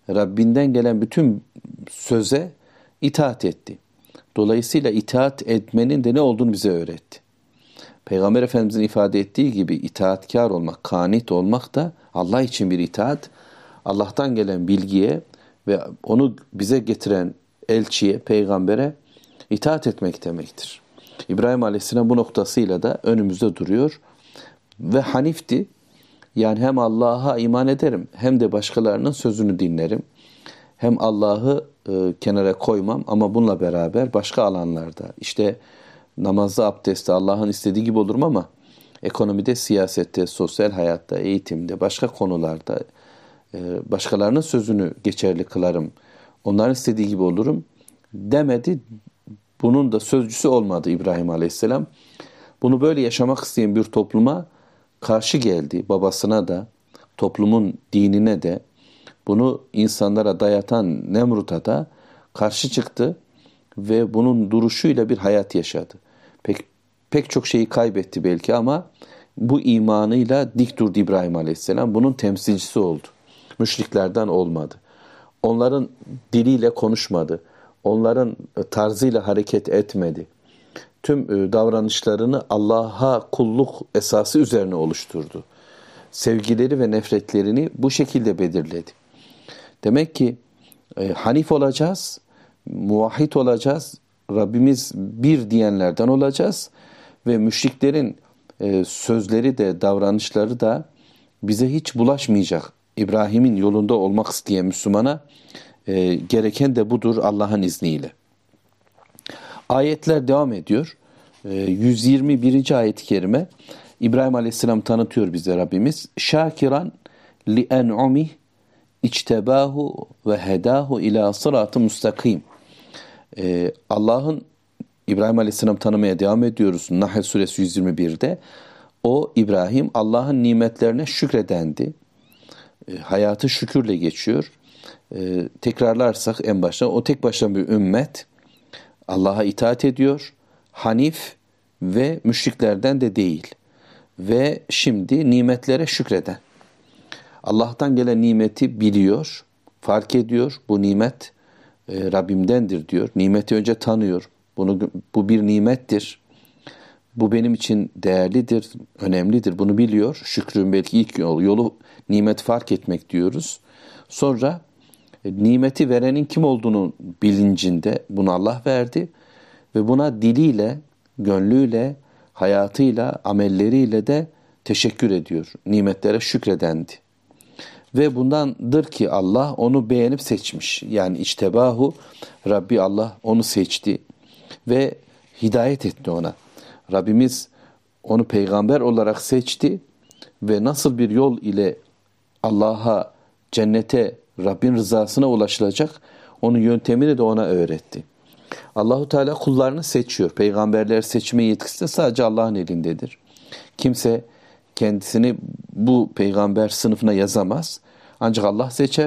Rabbinden gelen bütün söze itaat etti. Dolayısıyla itaat etmenin de ne olduğunu bize öğretti. Peygamber Efendimizin ifade ettiği gibi itaatkar olmak, kanit olmak da Allah için bir itaat. Allah'tan gelen bilgiye ve onu bize getiren elçiye, peygambere itaat etmek demektir. İbrahim Aleyhisselam bu noktasıyla da önümüzde duruyor ve hanifti. Yani hem Allah'a iman ederim hem de başkalarının sözünü dinlerim. Hem Allah'ı e, kenara koymam ama bununla beraber başka alanlarda işte namazda, abdestte Allah'ın istediği gibi olurum ama ekonomide, siyasette, sosyal hayatta, eğitimde, başka konularda e, başkalarının sözünü geçerli kılarım. Onların istediği gibi olurum demedi. Bunun da sözcüsü olmadı İbrahim Aleyhisselam. Bunu böyle yaşamak isteyen bir topluma karşı geldi. Babasına da, toplumun dinine de, bunu insanlara dayatan Nemrut'a da karşı çıktı ve bunun duruşuyla bir hayat yaşadı. Pek, pek çok şeyi kaybetti belki ama bu imanıyla dik durdu İbrahim Aleyhisselam. Bunun temsilcisi oldu. Müşriklerden olmadı. Onların diliyle konuşmadı. Onların tarzıyla hareket etmedi. Tüm davranışlarını Allah'a kulluk esası üzerine oluşturdu. Sevgileri ve nefretlerini bu şekilde belirledi. Demek ki e, hanif olacağız, muvahhid olacağız, Rabbimiz bir diyenlerden olacağız ve müşriklerin e, sözleri de davranışları da bize hiç bulaşmayacak. İbrahim'in yolunda olmak isteyen Müslümana e, gereken de budur Allah'ın izniyle. Ayetler devam ediyor. E, yüz yirmi birinci ayet-i kerime İbrahim Aleyhisselam tanıtıyor bize Rabbimiz. Şakiran li en'umih İçtebahu ve hedahu ila sırat-ı müstakim. Ee, Allah'ın İbrahim Aleyhisselam tanımaya devam ediyoruz. Nahl suresi yüz yirmi birde. O İbrahim Allah'ın nimetlerine şükredendi. Ee, hayatı şükürle geçiyor. Ee, tekrarlarsak en başta o tek başına bir ümmet. Allah'a itaat ediyor. Hanif ve müşriklerden de değil. Ve şimdi nimetlere şükreden. Allah'tan gelen nimeti biliyor, fark ediyor. Bu nimet e, Rabbimdendir diyor. Nimeti önce tanıyor. Bunu bu bir nimettir. Bu benim için değerlidir, önemlidir. Bunu biliyor. Şükrün belki ilk yolu, yolu nimet fark etmek diyoruz. Sonra e, nimeti verenin kim olduğunu bilincinde bunu Allah verdi ve buna diliyle, gönlüyle, hayatıyla, amelleriyle de teşekkür ediyor. Nimetlere şükredendi. Ve bundandır ki Allah onu beğenip seçmiş. Yani içtebahu, Rabbi Allah onu seçti ve hidayet etti ona. Rabbimiz onu peygamber olarak seçti ve nasıl bir yol ile Allah'a, cennete, Rabbin rızasına ulaşılacak onun yöntemini de ona öğretti. Allahu Teala kullarını seçiyor. Peygamberler seçme yetkisi de sadece Allah'ın elindedir. Kimse kendisini bu peygamber sınıfına yazamaz. Ancak Allah seçer.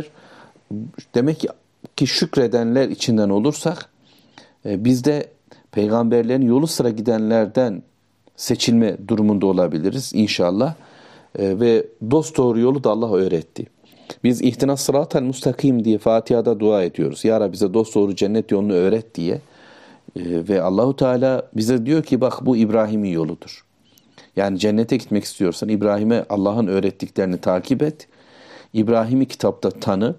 Demek ki, ki şükredenler içinden olursak e, biz de peygamberlerin yolu sıra gidenlerden seçilme durumunda olabiliriz inşallah. E, ve dosdoğru yolu da Allah öğretti. Biz ihtinas sıratel müstakim diye Fatiha'da dua ediyoruz. Ya Rabbi bize dosdoğru cennet yolunu öğret diye. E, ve Allahu Teala bize diyor ki bak bu İbrahim'in yoludur. Yani cennete gitmek istiyorsan İbrahim'e Allah'ın öğrettiklerini takip et. İbrahim'i kitapta tanı,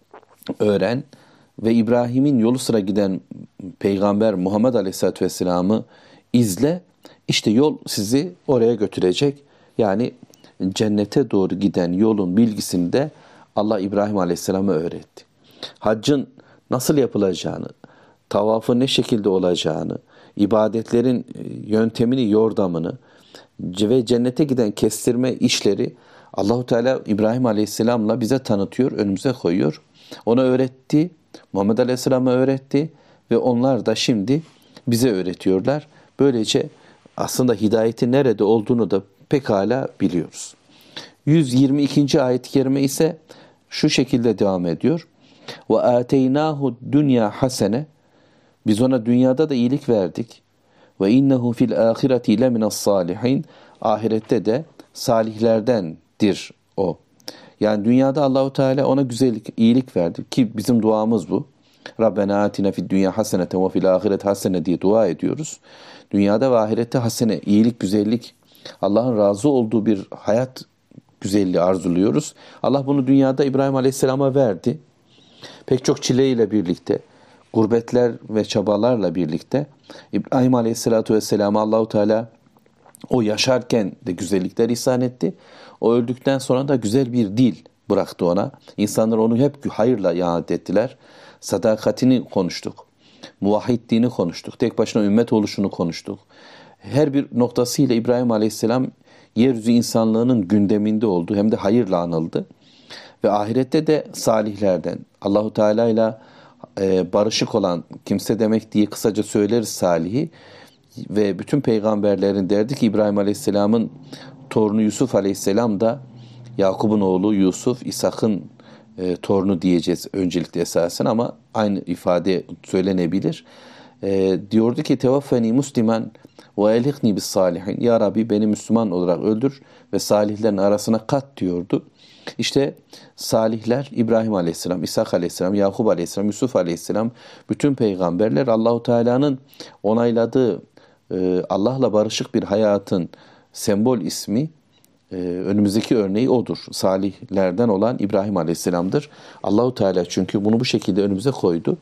öğren ve İbrahim'in yolu sıra giden Peygamber Muhammed Aleyhisselatü Vesselam'ı izle. İşte yol sizi oraya götürecek. Yani cennete doğru giden yolun bilgisini de Allah İbrahim Aleyhisselam'a öğretti. Haccın nasıl yapılacağını, tavafın ne şekilde olacağını, ibadetlerin yöntemini, yordamını ve cennete giden kestirme işleri Allahu Teala İbrahim Aleyhisselam'la bize tanıtıyor, önümüze koyuyor. Ona öğretti, Muhammed Aleyhisselam'a öğretti ve onlar da şimdi bize öğretiyorlar. Böylece aslında hidayetin nerede olduğunu da pekala biliyoruz. yüz yirmi ikinci ayet-i kerime ise şu şekilde devam ediyor. Ve ateynahu dunya hasene. Biz ona dünyada da iyilik verdik. Ve innehu fil ahireti leminas salihin. Ahirette de salihlerdendir o. Yani dünyada Allahu Teala ona güzellik, iyilik verdi ki bizim duamız bu. Rabbena atina fid dünya haseneten ve fil ahiret hasene diye dua ediyoruz. Dünyada ve ahirette hasene, iyilik, güzellik, Allah'ın razı olduğu bir hayat güzelliği arzuluyoruz. Allah bunu dünyada İbrahim Aleyhisselam'a verdi. Pek çok çileyle birlikte, gurbetler ve çabalarla birlikte İbrahim Aleyhisselatü Vesselam'a Allahu Teala o yaşarken de güzellikler ihsan etti. O öldükten sonra da güzel bir dil bıraktı ona. İnsanlar onu hep hayırla iade ettiler. Sadakatini konuştuk. Muvahhidliğini konuştuk. Tek başına ümmet oluşunu konuştuk. Her bir noktasıyla İbrahim Aleyhisselam yeryüzü insanlığının gündeminde oldu. Hem de hayırla anıldı. Ve ahirette de salihlerden, Allahu Teala ile barışık olan kimse demek diye kısaca söyleriz salihi. Ve bütün peygamberlerin derdi ki İbrahim Aleyhisselam'ın torunu Yusuf Aleyhisselam da Yakup'un oğlu Yusuf, İshak'ın e, torunu diyeceğiz öncelikle esasen ama aynı ifade söylenebilir. E, diyordu ki tevaffeni muslimen ve elhikni bis salihin. Ya Rabbi beni Müslüman olarak öldür ve salihlerin arasına kat diyordu. İşte salihler İbrahim Aleyhisselam, İshak Aleyhisselam, Yakup Aleyhisselam, Yusuf Aleyhisselam, bütün peygamberler Allahu Teala'nın onayladığı Allah'la barışık bir hayatın sembol ismi, önümüzdeki örneği odur. Salihlerden olan İbrahim Aleyhisselam'dır. Allahu Teala çünkü bunu bu şekilde önümüze koydu.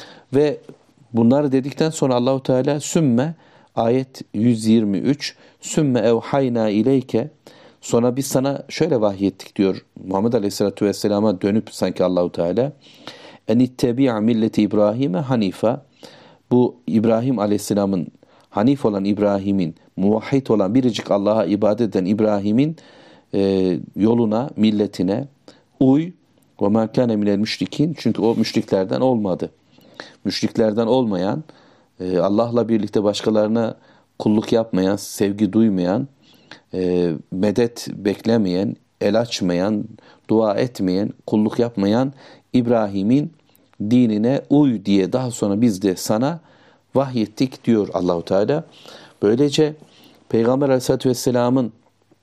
Ve bunları dedikten sonra Allahu Teala sümme ayet yüz yirmi üç sümme evhayna ileyke sonra biz sana şöyle vahyettik diyor Muhammed Aleyhisselatü Vesselam'a dönüp sanki Allahu Teala enittebi'a milleti İbrahim'e hanifa bu İbrahim Aleyhisselam'ın Hanif olan İbrahim'in, muvahhid olan biricik Allah'a ibadet eden İbrahim'in e, yoluna, milletine uy. Ve mâ kâne minel müşrikin. Çünkü o müşriklerden olmadı. Müşriklerden olmayan, e, Allah'la birlikte başkalarına kulluk yapmayan, sevgi duymayan, e, medet beklemeyen, el açmayan, dua etmeyen, kulluk yapmayan İbrahim'in dinine uy diye daha sonra biz de sana vahyettik diyor Allahu Teala. Böylece Peygamber Aleyhisselatü Vesselam'ın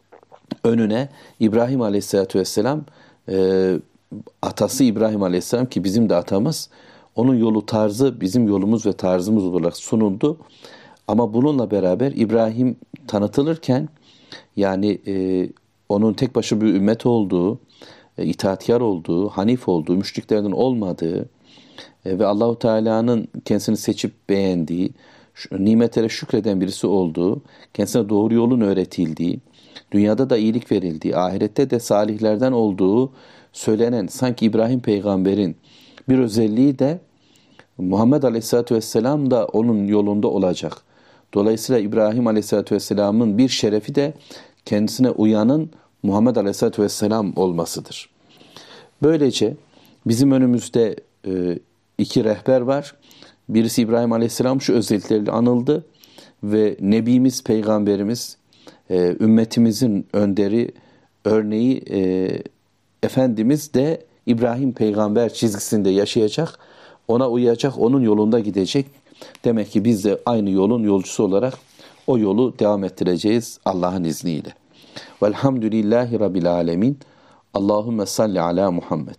önüne İbrahim Aleyhisselatü Vesselam e, atası İbrahim Aleyhisselam ki bizim de atamız onun yolu tarzı bizim yolumuz ve tarzımız olarak sunuldu. Ama bununla beraber İbrahim tanıtılırken yani e, onun tek başına bir ümmet olduğu, e, itaatkar olduğu, hanif olduğu, müşriklerden olmadığı ve Allahu Teala'nın kendisini seçip beğendiği, nimetlere şükreden birisi olduğu, kendisine doğru yolun öğretildiği, dünyada da iyilik verildiği, ahirette de salihlerden olduğu söylenen sanki İbrahim peygamberin bir özelliği de Muhammed Aleyhisselatü Vesselam da onun yolunda olacak. Dolayısıyla İbrahim Aleyhisselatü Vesselam'ın bir şerefi de kendisine uyanın Muhammed Aleyhisselatü Vesselam olmasıdır. Böylece bizim önümüzde e, iki rehber var. Birisi İbrahim Aleyhisselam şu özellikleriyle anıldı ve Nebimiz, Peygamberimiz, e, ümmetimizin önderi, örneği e, Efendimiz de İbrahim Peygamber çizgisinde yaşayacak, ona uyacak, onun yolunda gidecek. Demek ki biz de aynı yolun yolcusu olarak o yolu devam ettireceğiz Allah'ın izniyle. Velhamdülillahi Rabbil alemin. Allahümme salli ala Muhammed.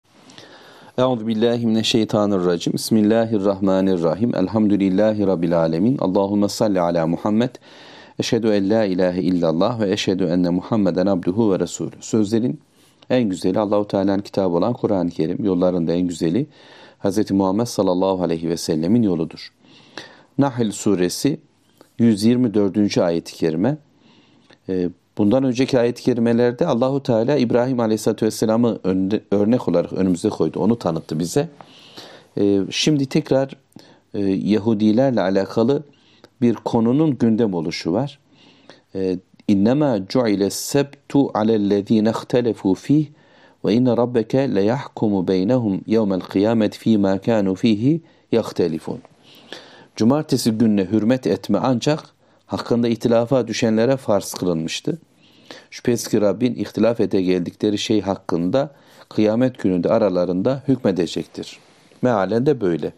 Euzu billahi mineşşeytanirracim. Bismillahirrahmanirrahim. Elhamdülillahi Rabbil alemin. Allahümme salli ala Muhammed. Eşhedü en la ilahe illallah ve eşhedü enne Muhammeden abduhu ve resulü. Sözlerin en güzeli Allahu Teala'nın kitabı olan Kur'an-ı Kerim. Yolların da en güzeli Hz. Muhammed sallallahu aleyhi ve sellemin yoludur. Nahl suresi yüz yirmi dördüncü ayet-i kerime. Bundan önceki ayet-i kerimelerde Allahu Teala İbrahim Aleyhisselatü Vesselam'ı örnek olarak önümüze koydu. Onu tanıttı bize. Şimdi tekrar Yahudilerle alakalı bir konunun gündem oluşu var. İnnemâ cu'ile sebtu alellezîne ihtelefû fîh ve inne rabbeke leyahkumu beynehum yevmel kıyamet fîmâ kânû fîhi yahtelifûn. Cumartesi gününe hürmet etme ancak hakkında ihtilafa düşenlere farz kılınmıştı. Şüphesiz ki Rabbin ihtilaf ede geldikleri şey hakkında kıyamet gününde aralarında hükmedecektir. Mealen de böyle.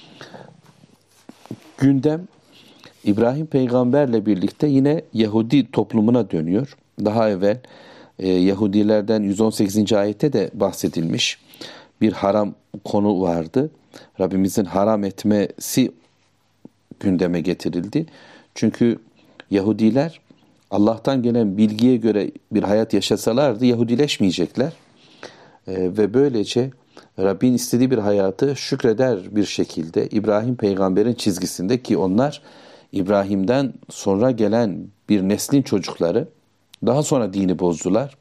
Gündem İbrahim peygamberle birlikte yine Yahudi toplumuna dönüyor. Daha evvel e, Yahudilerden yüz on sekizinci ayette de bahsedilmiş. Bir haram konu vardı. Rabbimizin haram etmesi gündeme getirildi. Çünkü Yahudiler Allah'tan gelen bilgiye göre bir hayat yaşasalardı Yahudileşmeyecekler. Ee, ve böylece Rabbin istediği bir hayatı şükreder bir şekilde İbrahim peygamberin çizgisinde, ki onlar İbrahim'den sonra gelen bir neslin çocukları, daha sonra dini bozdular.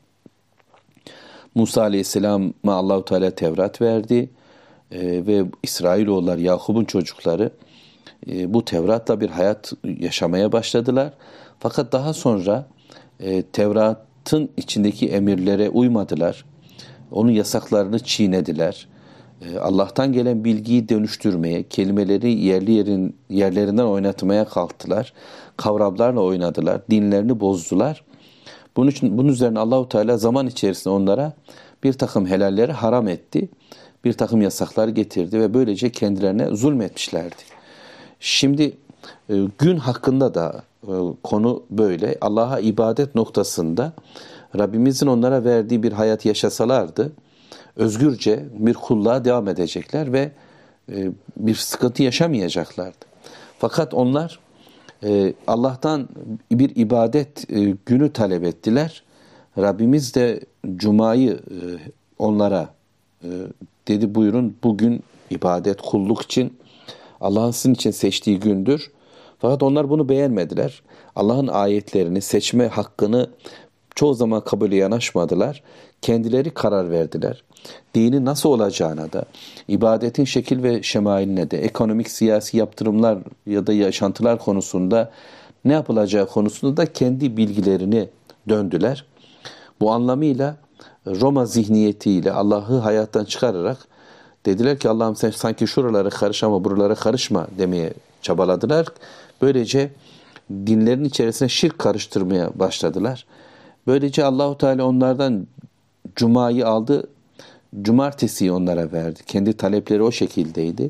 Musa Aleyhisselam'a Allahu Teala Tevrat verdi ee, ve İsrailoğulları, Yakub'un çocukları e, bu Tevrat'la bir hayat yaşamaya başladılar. Fakat daha sonra e, Tevrat'ın içindeki emirlere uymadılar. Onun yasaklarını çiğnediler. E, Allah'tan gelen bilgiyi dönüştürmeye, kelimeleri yerli yerin yerlerinden oynatmaya kalktılar. Kavramlarla oynadılar, dinlerini bozdular. Bunun için bunun üzerine Allahu Teala zaman içerisinde onlara bir takım helalleri haram etti. Bir takım yasaklar getirdi ve böylece kendilerine zulmetmişlerdi. Şimdi e, gün hakkında da e, konu böyle. Allah'a ibadet noktasında Rabbimizin onlara verdiği bir hayat yaşasalardı özgürce bir kulluğa devam edecekler ve e, bir sıkıntı yaşamayacaklardı. Fakat onlar e, Allah'tan bir ibadet e, günü talep ettiler. Rabbimiz de Cuma'yı e, onlara e, dedi, buyurun bugün ibadet, kulluk için Allah'ın sizin için seçtiği gündür. Fakat onlar bunu beğenmediler. Allah'ın ayetlerini, seçme hakkını çoğu zaman kabule yanaşmadılar. Kendileri karar verdiler. Dinin nasıl olacağına da, ibadetin şekil ve şemailine de, ekonomik, siyasi yaptırımlar ya da yaşantılar konusunda ne yapılacağı konusunda da kendi bilgilerini döndüler. Bu anlamıyla Roma zihniyetiyle Allah'ı hayattan çıkararak dediler ki Allah'ım sen sanki şuralara karış ama buralara karışma demeye çabaladılar. Böylece dinlerin içerisine şirk karıştırmaya başladılar. Böylece Allahu Teala onlardan Cuma'yı aldı, Cumartesiyi onlara verdi. Kendi talepleri o şekildeydi.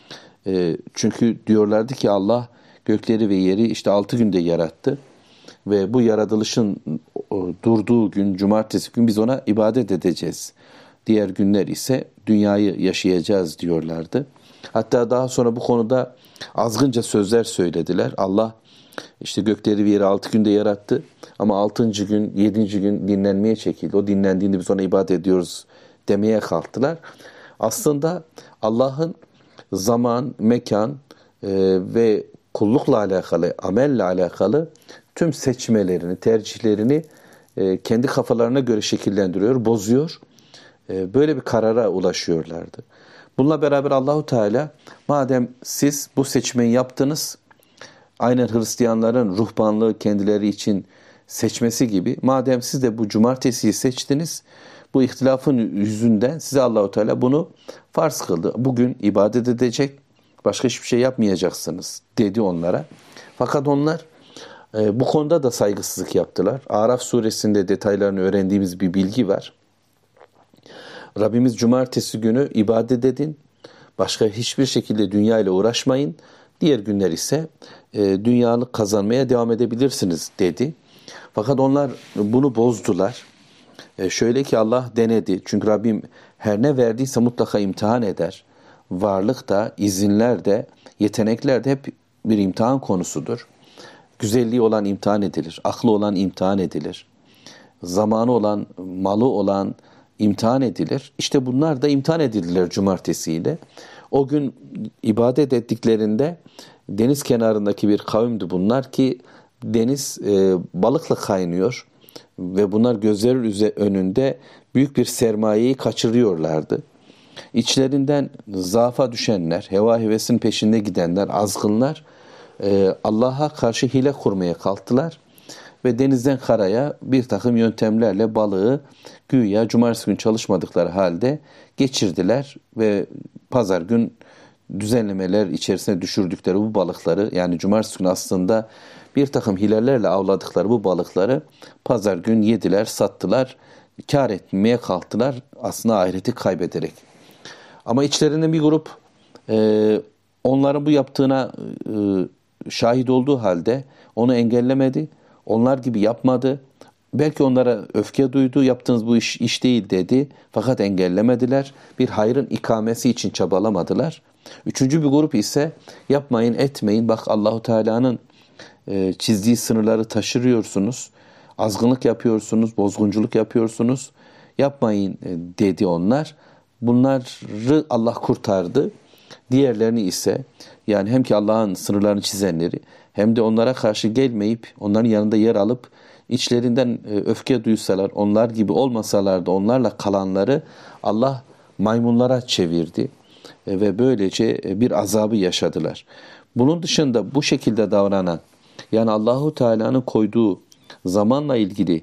E, çünkü diyorlardı ki Allah gökleri ve yeri işte altı günde yarattı. Ve bu yaratılışın durduğu gün, Cumartesi gün biz ona ibadet edeceğiz. Diğer günler ise dünyayı yaşayacağız diyorlardı. Hatta daha sonra bu konuda azgınca sözler söylediler. Allah işte gökleri ve yeri altı günde yarattı ama altıncı gün, yedinci gün dinlenmeye çekildi. O dinlendiğinde biz ona ibadet ediyoruz demeye kalktılar. Aslında Allah'ın zaman, mekan e, ve kullukla alakalı, amelle alakalı tüm seçmelerini, tercihlerini e, kendi kafalarına göre şekillendiriyor, bozuyor. E, böyle bir karara ulaşıyorlardı. Bununla beraber Allahu Teala madem siz bu seçmeyi yaptınız, aynen Hristiyanların ruhbanlığı kendileri için seçmesi gibi, madem siz de bu cumartesiyi seçtiniz, bu ihtilafın yüzünden size Allahu Teala bunu farz kıldı. Bugün ibadet edecek, başka hiçbir şey yapmayacaksınız dedi onlara. Fakat onlar e, bu konuda da saygısızlık yaptılar. Araf suresinde detaylarını öğrendiğimiz bir bilgi var. Rabbimiz cumartesi günü ibadet edin, başka hiçbir şekilde dünya ile uğraşmayın, diğer günler ise e, dünyalık kazanmaya devam edebilirsiniz dedi. Fakat onlar bunu bozdular. E, şöyle ki Allah denedi. Çünkü Rabbim her ne verdiyse mutlaka imtihan eder. Varlık da, izinler de, yetenekler de hep bir imtihan konusudur. Güzelliği olan imtihan edilir, aklı olan imtihan edilir. Zamanı olan, malı olan imtihan edilir. İşte bunlar da imtihan edildiler cumartesiyle. O gün ibadet ettiklerinde deniz kenarındaki bir kavimdi bunlar ki deniz e, balıkla kaynıyor ve bunlar gözleri önünde büyük bir sermayeyi kaçırıyorlardı. İçlerinden zaafa düşenler, heva hevesinin peşinde gidenler, azgınlar e, Allah'a karşı hile kurmaya kalktılar ve denizden karaya bir takım yöntemlerle balığı güya cumartesi gün çalışmadıkları halde geçirdiler ve pazar gün düzenlemeler içerisine düşürdükleri bu balıkları, yani cumartesi günü aslında bir takım hilelerle avladıkları bu balıkları pazar gün yediler, sattılar, kar etmeye kalktılar aslında ahireti kaybederek. Ama içlerinden bir grup e, onların bu yaptığına e, şahit olduğu halde onu engellemedi, onlar gibi yapmadı. belki onlara öfke duydu, yaptığınız bu iş iş değil dedi. Fakat engellemediler. Bir hayrın ikamesi için çabalamadılar. Üçüncü bir grup ise yapmayın, etmeyin. Bak Allahu Teala'nın e, çizdiği sınırları taşırıyorsunuz. Azgınlık yapıyorsunuz, bozgunculuk yapıyorsunuz. Yapmayın e, dedi onlar. Bunları Allah kurtardı. Diğerlerini ise yani hem ki Allah'ın sınırlarını çizenleri hem de onlara karşı gelmeyip onların yanında yer alıp içlerinden öfke duysalar, onlar gibi olmasalar da onlarla kalanları Allah maymunlara çevirdi ve böylece bir azabı yaşadılar. Bunun dışında bu şekilde davranan, yani Allahu Teala'nın koyduğu zamanla ilgili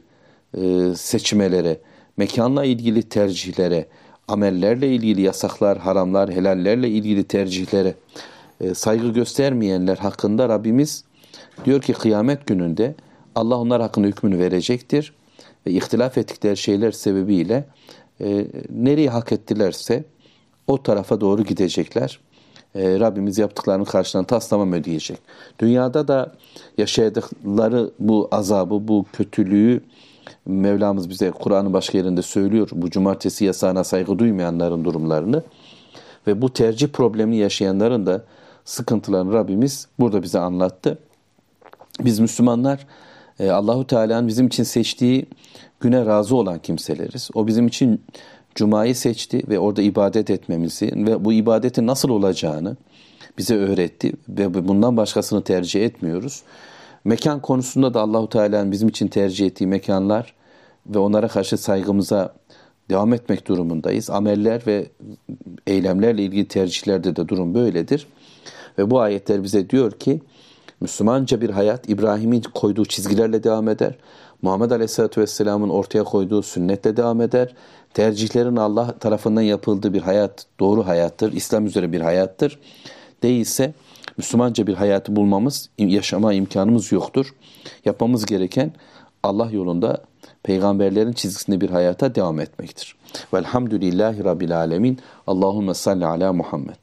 seçmelere, mekanla ilgili tercihlere, amellerle ilgili yasaklar, haramlar, helallerle ilgili tercihlere saygı göstermeyenler hakkında Rabbimiz diyor ki kıyamet gününde Allah onlar hakkında hükmünü verecektir ve ihtilaf ettikleri şeyler sebebiyle e, nereyi hak ettilerse o tarafa doğru gidecekler. E, Rabbimiz yaptıklarının karşılığını taslamam ödeyecek. Dünyada da yaşadıkları bu azabı, bu kötülüğü Mevlamız bize Kur'an'ın başka yerinde söylüyor. Bu cumartesi yasağına saygı duymayanların durumlarını ve bu tercih problemini yaşayanların da sıkıntılarını Rabbimiz burada bize anlattı. Biz Müslümanlar Allahu Teala'nın bizim için seçtiği güne razı olan kimseleriz. O bizim için Cuma'yı seçti ve orada ibadet etmemizi ve bu ibadetin nasıl olacağını bize öğretti ve bundan başkasını tercih etmiyoruz. Mekan konusunda da Allahu Teala'nın bizim için tercih ettiği mekanlar ve onlara karşı saygımıza devam etmek durumundayız. Ameller ve eylemlerle ilgili tercihlerde de durum böyledir. Ve bu ayetler bize diyor ki Müslümanca bir hayat İbrahim'in koyduğu çizgilerle devam eder. Muhammed Aleyhisselatü Vesselam'ın ortaya koyduğu sünnetle devam eder. Tercihlerin Allah tarafından yapıldığı bir hayat doğru hayattır. İslam üzere bir hayattır. Değilse Müslümanca bir hayatı bulmamız, yaşama imkanımız yoktur. Yapmamız gereken Allah yolunda peygamberlerin çizgisinde bir hayata devam etmektir. Velhamdülillahi Rabbil alemin. Allahümme salli ala Muhammed.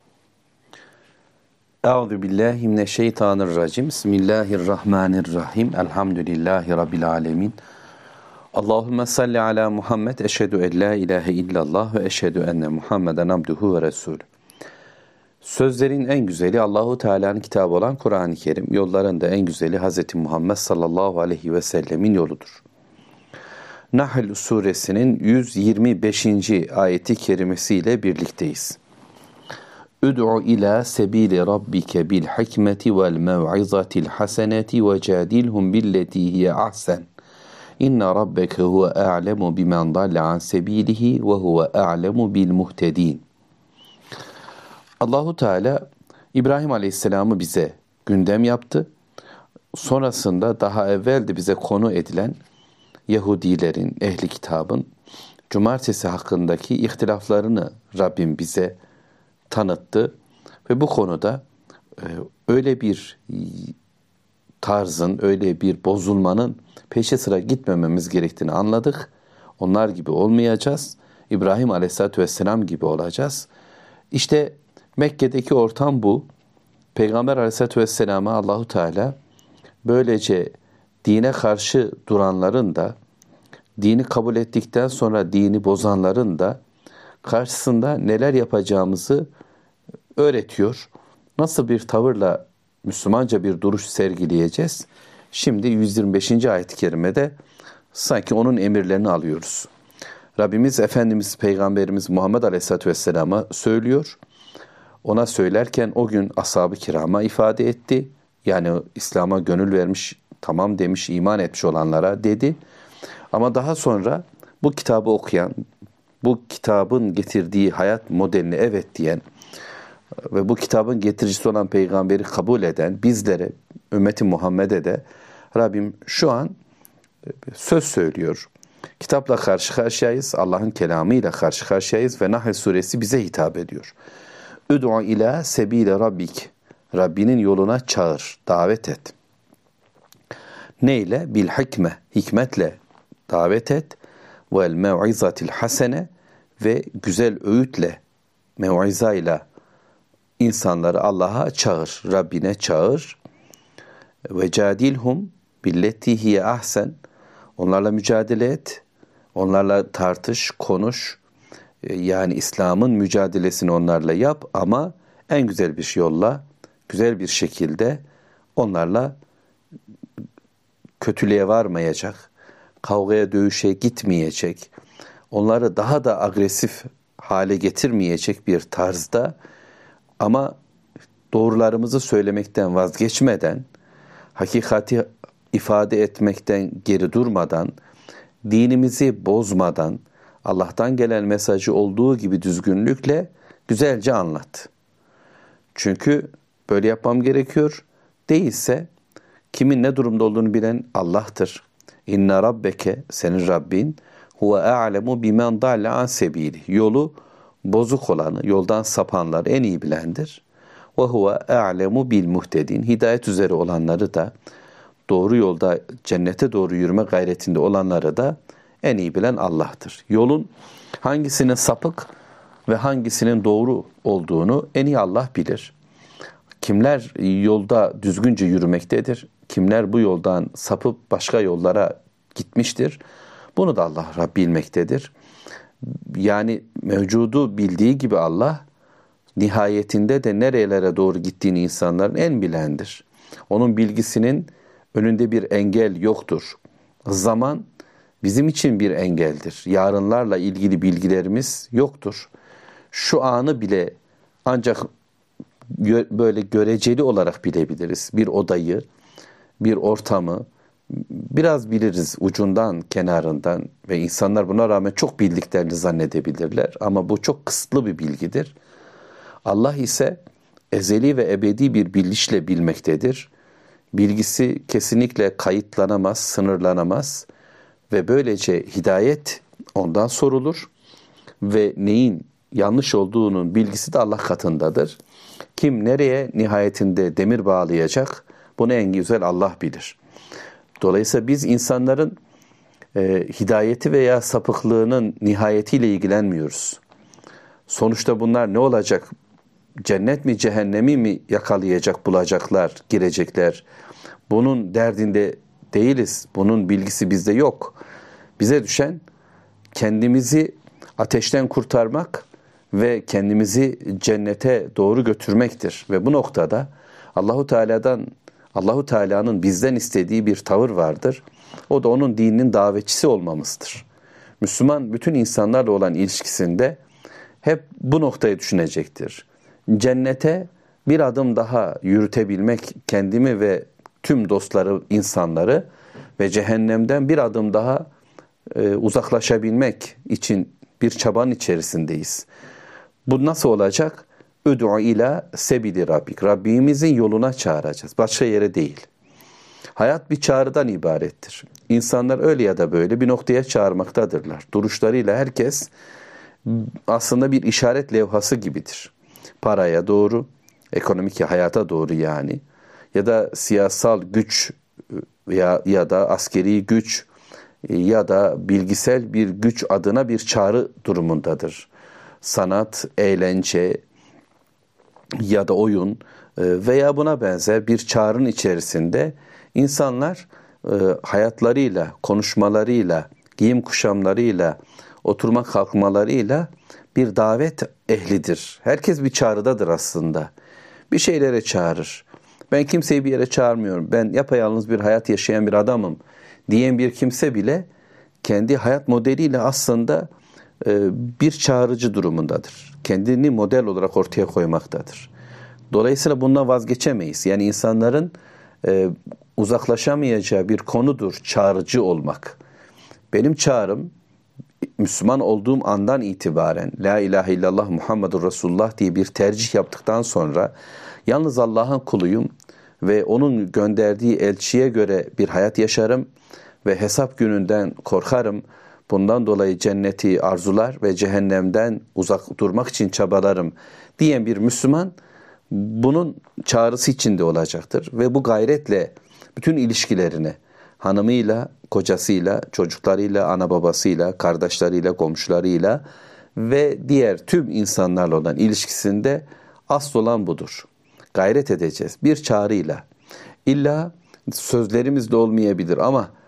Euzu billahi mineşşeytanirracim. Bismillahirrahmanirrahim. Elhamdülillahi Rabbil alemin. Allahümme salli ala Muhammed. Eşhedü en la ilahe illallah ve eşhedü enne Muhammeden abduhu ve resulü. Sözlerin en güzeli Allahu Teala'nın kitabı olan Kur'an-ı Kerim. Yolların da en güzeli Hz. Muhammed sallallahu aleyhi ve sellemin yoludur. Nahl suresinin yüz yirmi beşinci ayeti kerimesiyle birlikteyiz. Ud'u ila sebili rabbike bil hikmeti vel mev'izatil haseneti ve cadilhum billeti hiye ahsen. İnne rabbeke huve a'lemu bimen dalle an sebilihi ve huve a'lemu bil muhtedin. Allahu Teala İbrahim Aleyhisselam'ı bize gündem yaptı. Sonrasında daha evvel de bize konu edilen Yahudilerin, ehli kitabın cumartesi hakkındaki ihtilaflarını Rabbim bize tanıttı. Ve bu konuda e, öyle bir tarzın, öyle bir bozulmanın peşi sıra gitmememiz gerektiğini anladık. Onlar gibi olmayacağız. İbrahim Aleyhisselatü Vesselam gibi olacağız. İşte Mekke'deki ortam bu. Peygamber Aleyhisselatü Vesselam'a Allahu Teala böylece dine karşı duranların da, dini kabul ettikten sonra dini bozanların da karşısında neler yapacağımızı öğretiyor. Nasıl bir tavırla Müslümanca bir duruş sergileyeceğiz? Şimdi yüz yirmi beşinci ayet-i kerimede sanki onun emirlerini alıyoruz. Rabbimiz Efendimiz Peygamberimiz Muhammed Aleyhisselatü Vesselam'a söylüyor. Ona söylerken o gün ashab-ı kirama ifade etti. Yani İslam'a gönül vermiş, tamam demiş, iman etmiş olanlara dedi. Ama daha sonra bu kitabı okuyan, bu kitabın getirdiği hayat modelini evet diyen ve bu kitabın getiricisi olan peygamberi kabul eden bizlere, ümmeti Muhammed'e de Rabbim şu an söz söylüyor. Kitapla karşı karşıyayız, Allah'ın kelamıyla karşı karşıyayız ve Nahl suresi bize hitap ediyor. Ud'u ila sebile rabbik. Rabbinin yoluna çağır, davet et. Neyle? Bil hikme, hikmetle davet et. Vel mev'izatil hasene ve güzel öğütle, mev'izayla insanları Allah'a çağır, Rabbine çağır. Ve cadilhum billeti hiye ahsen. Onlarla mücadele et, onlarla tartış, konuş. Yani İslam'ın mücadelesini onlarla yap ama en güzel bir yolla, güzel bir şekilde onlarla kötülüğe varmayacak, kavgaya, dövüşe gitmeyecek, onları daha da agresif hale getirmeyecek bir tarzda ama doğrularımızı söylemekten vazgeçmeden, hakikati ifade etmekten geri durmadan, dinimizi bozmadan, Allah'tan gelen mesajı olduğu gibi düzgünlükle güzelce anlat. Çünkü böyle yapmam gerekiyor. Değilse kimin ne durumda olduğunu bilen Allah'tır. İnne rabbeke, senin Rabbin, huve a'lemu bimen dalle an sebili. Yolu bozuk olanı, yoldan sapanlar en iyi bilendir. Ve huve a'lemu bil muhtedin. Hidayet üzere olanları da, doğru yolda cennete doğru yürüme gayretinde olanları da en iyi bilen Allah'tır. Yolun hangisinin sapık ve hangisinin doğru olduğunu en iyi Allah bilir. Kimler yolda düzgünce yürümektedir, kimler bu yoldan sapıp başka yollara gitmiştir, bunu da Allah Rab bilmektedir. Yani mevcudu bildiği gibi Allah, nihayetinde de nerelere doğru gittiğini insanların en bilendir. Onun bilgisinin önünde bir engel yoktur. Zaman bizim için bir engeldir. Yarınlarla ilgili bilgilerimiz yoktur. Şu anı bile ancak böyle göreceli olarak bilebiliriz. Bir odayı, bir ortamı biraz biliriz ucundan, kenarından ve insanlar buna rağmen çok bildiklerini zannedebilirler. Ama bu çok kısıtlı bir bilgidir. Allah ise ezeli ve ebedi bir bilişle bilmektedir. Bilgisi kesinlikle kayıtlanamaz, sınırlanamaz ve böylece hidayet ondan sorulur ve neyin yanlış olduğunun bilgisi de Allah katındadır. Kim nereye nihayetinde demir bağlayacak, bunu en güzel Allah bilir. Dolayısıyla biz insanların e, hidayeti veya sapıklığının nihayetiyle ilgilenmiyoruz. Sonuçta bunlar ne olacak? Cennet mi, cehennemi mi yakalayacak, bulacaklar, girecekler? Bunun derdinde değiliz. Bunun bilgisi bizde yok. Bize düşen kendimizi ateşten kurtarmak ve kendimizi cennete doğru götürmektir. Ve bu noktada Allahu Teala'dan Allahu Teala'nın bizden istediği bir tavır vardır. O da onun dininin davetçisi olmamızdır. Müslüman bütün insanlarla olan ilişkisinde hep bu noktayı düşünecektir. Cennete bir adım daha yürütebilmek kendimi ve tüm dostları, insanları ve cehennemden bir adım daha e, uzaklaşabilmek için bir çabanın içerisindeyiz. Bu nasıl olacak? Üd'u ila sebili rabbik. Rabbimizin yoluna çağıracağız. Başka yere değil. Hayat bir çağrıdan ibarettir. İnsanlar öyle ya da böyle bir noktaya çağırmaktadırlar. Duruşlarıyla herkes aslında bir işaret levhası gibidir. Paraya doğru, ekonomik hayata doğru yani. Ya da siyasal güç ya, ya da askeri güç ya da bilgisel bir güç adına bir çağrı durumundadır. Sanat, eğlence ya da oyun veya buna benzer bir çağrının içerisinde insanlar hayatlarıyla, konuşmalarıyla, giyim kuşamlarıyla, oturma kalkmalarıyla bir davet ehlidir. Herkes bir çağrıdadır aslında. Bir şeylere çağırır. Ben kimseyi bir yere çağırmıyorum. Ben yapayalnız bir hayat yaşayan bir adamım diyen bir kimse bile kendi hayat modeliyle aslında bir çağrıcı durumundadır. Kendini model olarak ortaya koymaktadır. Dolayısıyla bundan vazgeçemeyiz. Yani insanların uzaklaşamayacağı bir konudur çağrıcı olmak. Benim çağrım Müslüman olduğum andan itibaren La ilahe illallah Muhammedur Resulullah diye bir tercih yaptıktan sonra yalnız Allah'ın kuluyum ve onun gönderdiği elçiye göre bir hayat yaşarım ve hesap gününden korkarım. Bundan dolayı cenneti arzular ve cehennemden uzak durmak için çabalarım diyen bir Müslüman bunun çağrısı içinde olacaktır. Ve bu gayretle bütün ilişkilerini hanımıyla, kocasıyla, çocuklarıyla, ana babasıyla, kardeşleriyle, komşularıyla ve diğer tüm insanlarla olan ilişkisinde asıl olan budur. Gayret edeceğiz bir çağrıyla. İlla sözlerimizle olmayabilir ama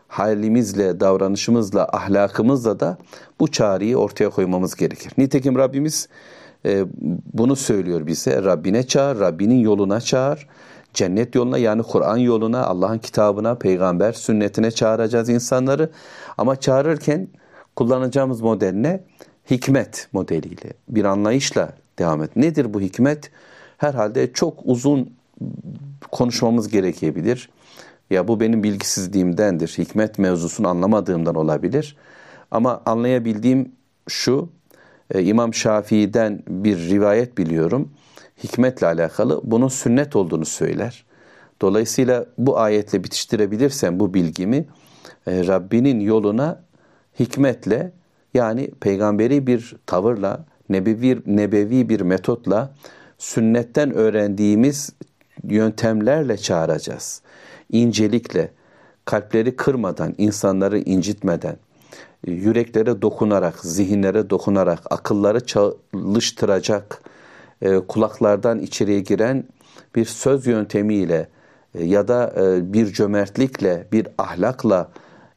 halimizle, davranışımızla, ahlakımızla da bu çağrıyı ortaya koymamız gerekir. Nitekim Rabbimiz e, bunu söylüyor bize. Rabbine çağır, Rabbinin yoluna çağır. Cennet yoluna, yani Kur'an yoluna, Allah'ın kitabına, peygamber sünnetine çağıracağız insanları. Ama çağırırken kullanacağımız model ne? Hikmet modeliyle, bir anlayışla devam et. Nedir bu hikmet? Herhalde çok uzun konuşmamız gerekebilir. Ya bu benim bilgisizliğimdendir. Hikmet mevzusunu anlamadığımdan olabilir. Ama anlayabildiğim şu, e, İmam Şafii'den bir rivayet biliyorum. Hikmetle alakalı bunun sünnet olduğunu söyler. Dolayısıyla bu ayetle bitiştirebilirsem bu bilgimi e, Rabbinin yoluna hikmetle, yani peygamberi bir tavırla, nebevi, nebevi bir metotla, sünnetten öğrendiğimiz yöntemlerle çağıracağız. İncelikle, kalpleri kırmadan, insanları incitmeden, yüreklere dokunarak, zihinlere dokunarak, akılları çalıştıracak, kulaklardan içeriye giren bir söz yöntemiyle ya da bir cömertlikle, bir ahlakla,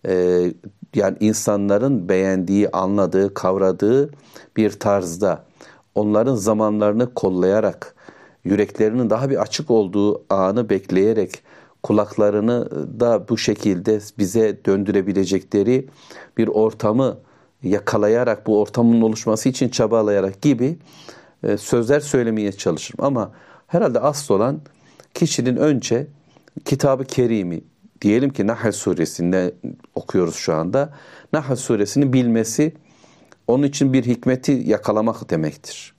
yani insanların beğendiği, anladığı, kavradığı bir tarzda, onların zamanlarını kollayarak, yüreklerinin daha bir açık olduğu anı bekleyerek, kulaklarını da bu şekilde bize döndürebilecekleri bir ortamı yakalayarak, bu ortamın oluşması için çabalayarak gibi sözler söylemeye çalışırım. Ama herhalde asıl olan kişinin önce Kitab-ı Kerim'i, diyelim ki Nahl suresinde okuyoruz şu anda. Nahl suresini bilmesi, onun için bir hikmeti yakalamak demektir.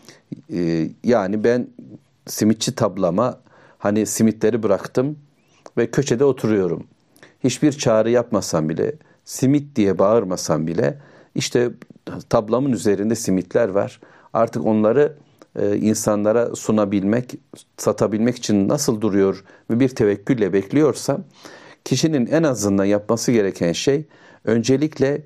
Ee, yani ben simitçi tablama, hani simitleri bıraktım ve köşede oturuyorum. Hiçbir çağrı yapmasam bile, simit diye bağırmasam bile, işte tablamın üzerinde simitler var. Artık onları e, insanlara sunabilmek, satabilmek için nasıl duruyor ve bir tevekkülle bekliyorsam, kişinin en azından yapması gereken şey, öncelikle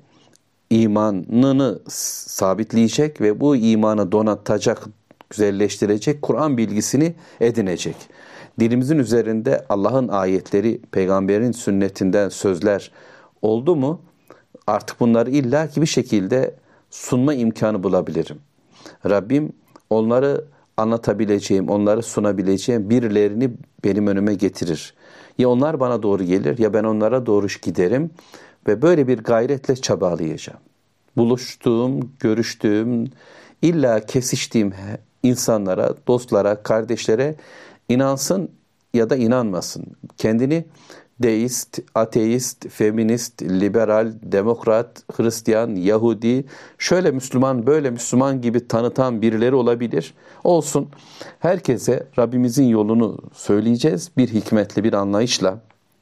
imanını sabitleyecek ve bu imanı donatacak, güzelleştirecek Kur'an bilgisini edinecek. Dilimizin üzerinde Allah'ın ayetleri, peygamberin sünnetinden sözler oldu mu, artık bunları illaki bir şekilde sunma imkanı bulabilirim. Rabbim onları anlatabileceğim, onları sunabileceğim birilerini benim önüme getirir. Ya onlar bana doğru gelir ya ben onlara doğru giderim ve böyle bir gayretle çabalayacağım. Buluştuğum, görüştüğüm, illa kesiştiğim insanlara, dostlara, kardeşlere inansın ya da inanmasın. Kendini deist, ateist, feminist, liberal, demokrat, Hristiyan, Yahudi, şöyle Müslüman, böyle Müslüman gibi tanıtan birileri olabilir. Olsun. Herkese Rabbimizin yolunu söyleyeceğiz. Bir hikmetli bir anlayışla,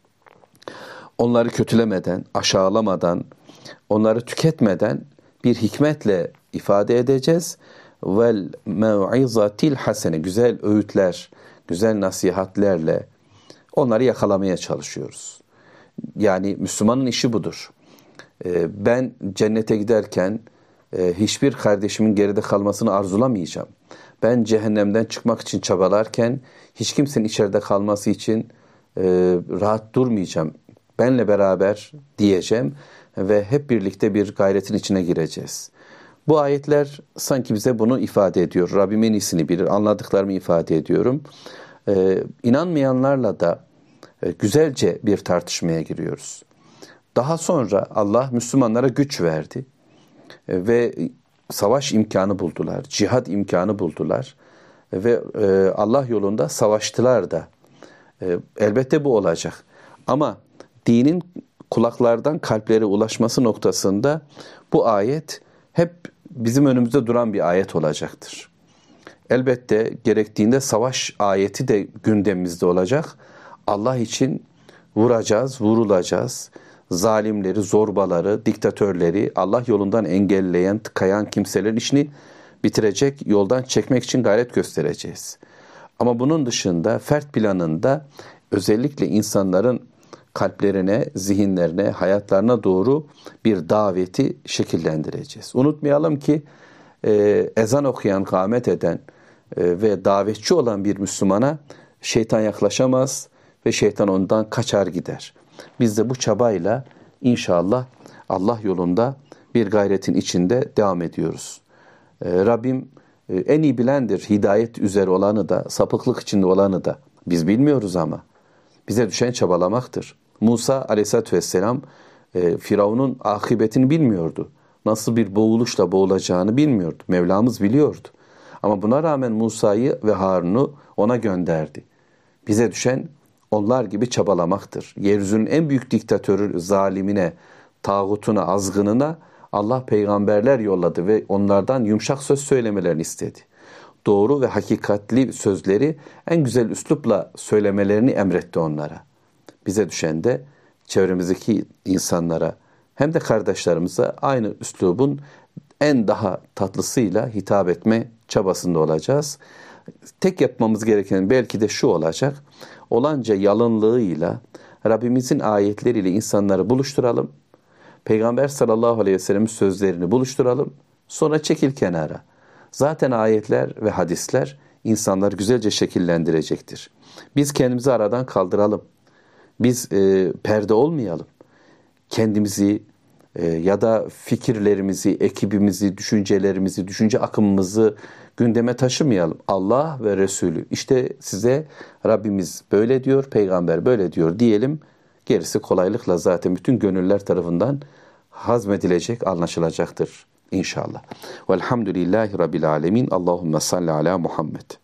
onları kötülemeden, aşağılamadan, onları tüketmeden bir hikmetle ifade edeceğiz. Vel mev'izatil hasene, güzel öğütler, güzel nasihatlerle onları yakalamaya çalışıyoruz. Yani Müslümanın işi budur. Ben cennete giderken hiçbir kardeşimin geride kalmasını arzulamayacağım. Ben cehennemden çıkmak için çabalarken hiç kimsenin içeride kalması için rahat durmayacağım. Benle beraber diyeceğim ve hep birlikte bir gayretin içine gireceğiz. Bu ayetler sanki bize bunu ifade ediyor. Rabbim en iyisini bilir. Anladıklarımı ifade ediyorum. Ee, inanmayanlarla da e, güzelce bir tartışmaya giriyoruz. Daha sonra Allah Müslümanlara güç verdi e, ve savaş imkanı buldular, cihad imkanı buldular e, ve e, Allah yolunda savaştılar da. E, elbette bu olacak. Ama dinin kulaklardan kalplere ulaşması noktasında bu ayet hep bizim önümüzde duran bir ayet olacaktır. Elbette gerektiğinde savaş ayeti de gündemimizde olacak. Allah için vuracağız, vurulacağız. Zalimleri, zorbaları, diktatörleri, Allah yolundan engelleyen, tıkayan kimselerin işini bitirecek, yoldan çekmek için gayret göstereceğiz. Ama bunun dışında fert planında özellikle insanların kalplerine, zihinlerine, hayatlarına doğru bir daveti şekillendireceğiz. Unutmayalım ki e, ezan okuyan, kâmet eden e, ve davetçi olan bir Müslümana şeytan yaklaşamaz ve şeytan ondan kaçar gider. Biz de bu çabayla inşallah Allah yolunda bir gayretin içinde devam ediyoruz. Ee, Rabbim e, en iyi bilendir hidayet üzere olanı da, sapıklık içinde olanı da. Biz bilmiyoruz ama. Bize düşen çabalamaktır. Musa aleyhissalatü vesselam e, Firavun'un akıbetini bilmiyordu. Nasıl bir boğuluşla boğulacağını bilmiyordu. Mevlamız biliyordu. Ama buna rağmen Musa'yı ve Harun'u ona gönderdi. Bize düşen onlar gibi çabalamaktır. Yeryüzünün en büyük diktatörü, zalimine, tağutuna, azgınına Allah peygamberler yolladı ve onlardan yumuşak söz söylemelerini istedi. Doğru ve hakikatli sözleri en güzel üslupla söylemelerini emretti onlara. Bize düşen de çevremizdeki insanlara hem de kardeşlerimize aynı üslubun en daha tatlısıyla hitap etme çabasında olacağız. Tek yapmamız gereken belki de şu olacak. Olanca yalınlığıyla Rabbimizin ayetleriyle insanları buluşturalım. Peygamber sallallahu aleyhi ve sellem'in sözlerini buluşturalım. Sonra çekil kenara. Zaten ayetler ve hadisler insanları güzelce şekillendirecektir. Biz kendimizi aradan kaldıralım. Biz e, perde olmayalım. Kendimizi e, ya da fikirlerimizi, ekibimizi, düşüncelerimizi, düşünce akımımızı gündeme taşımayalım. Allah ve Resulü. İşte size Rabbimiz böyle diyor, peygamber böyle diyor diyelim. Gerisi kolaylıkla zaten bütün gönüller tarafından hazmedilecek, anlaşılacaktır inşallah. Velhamdülillahi Rabbil alemin. Allahümme salli ala Muhammed.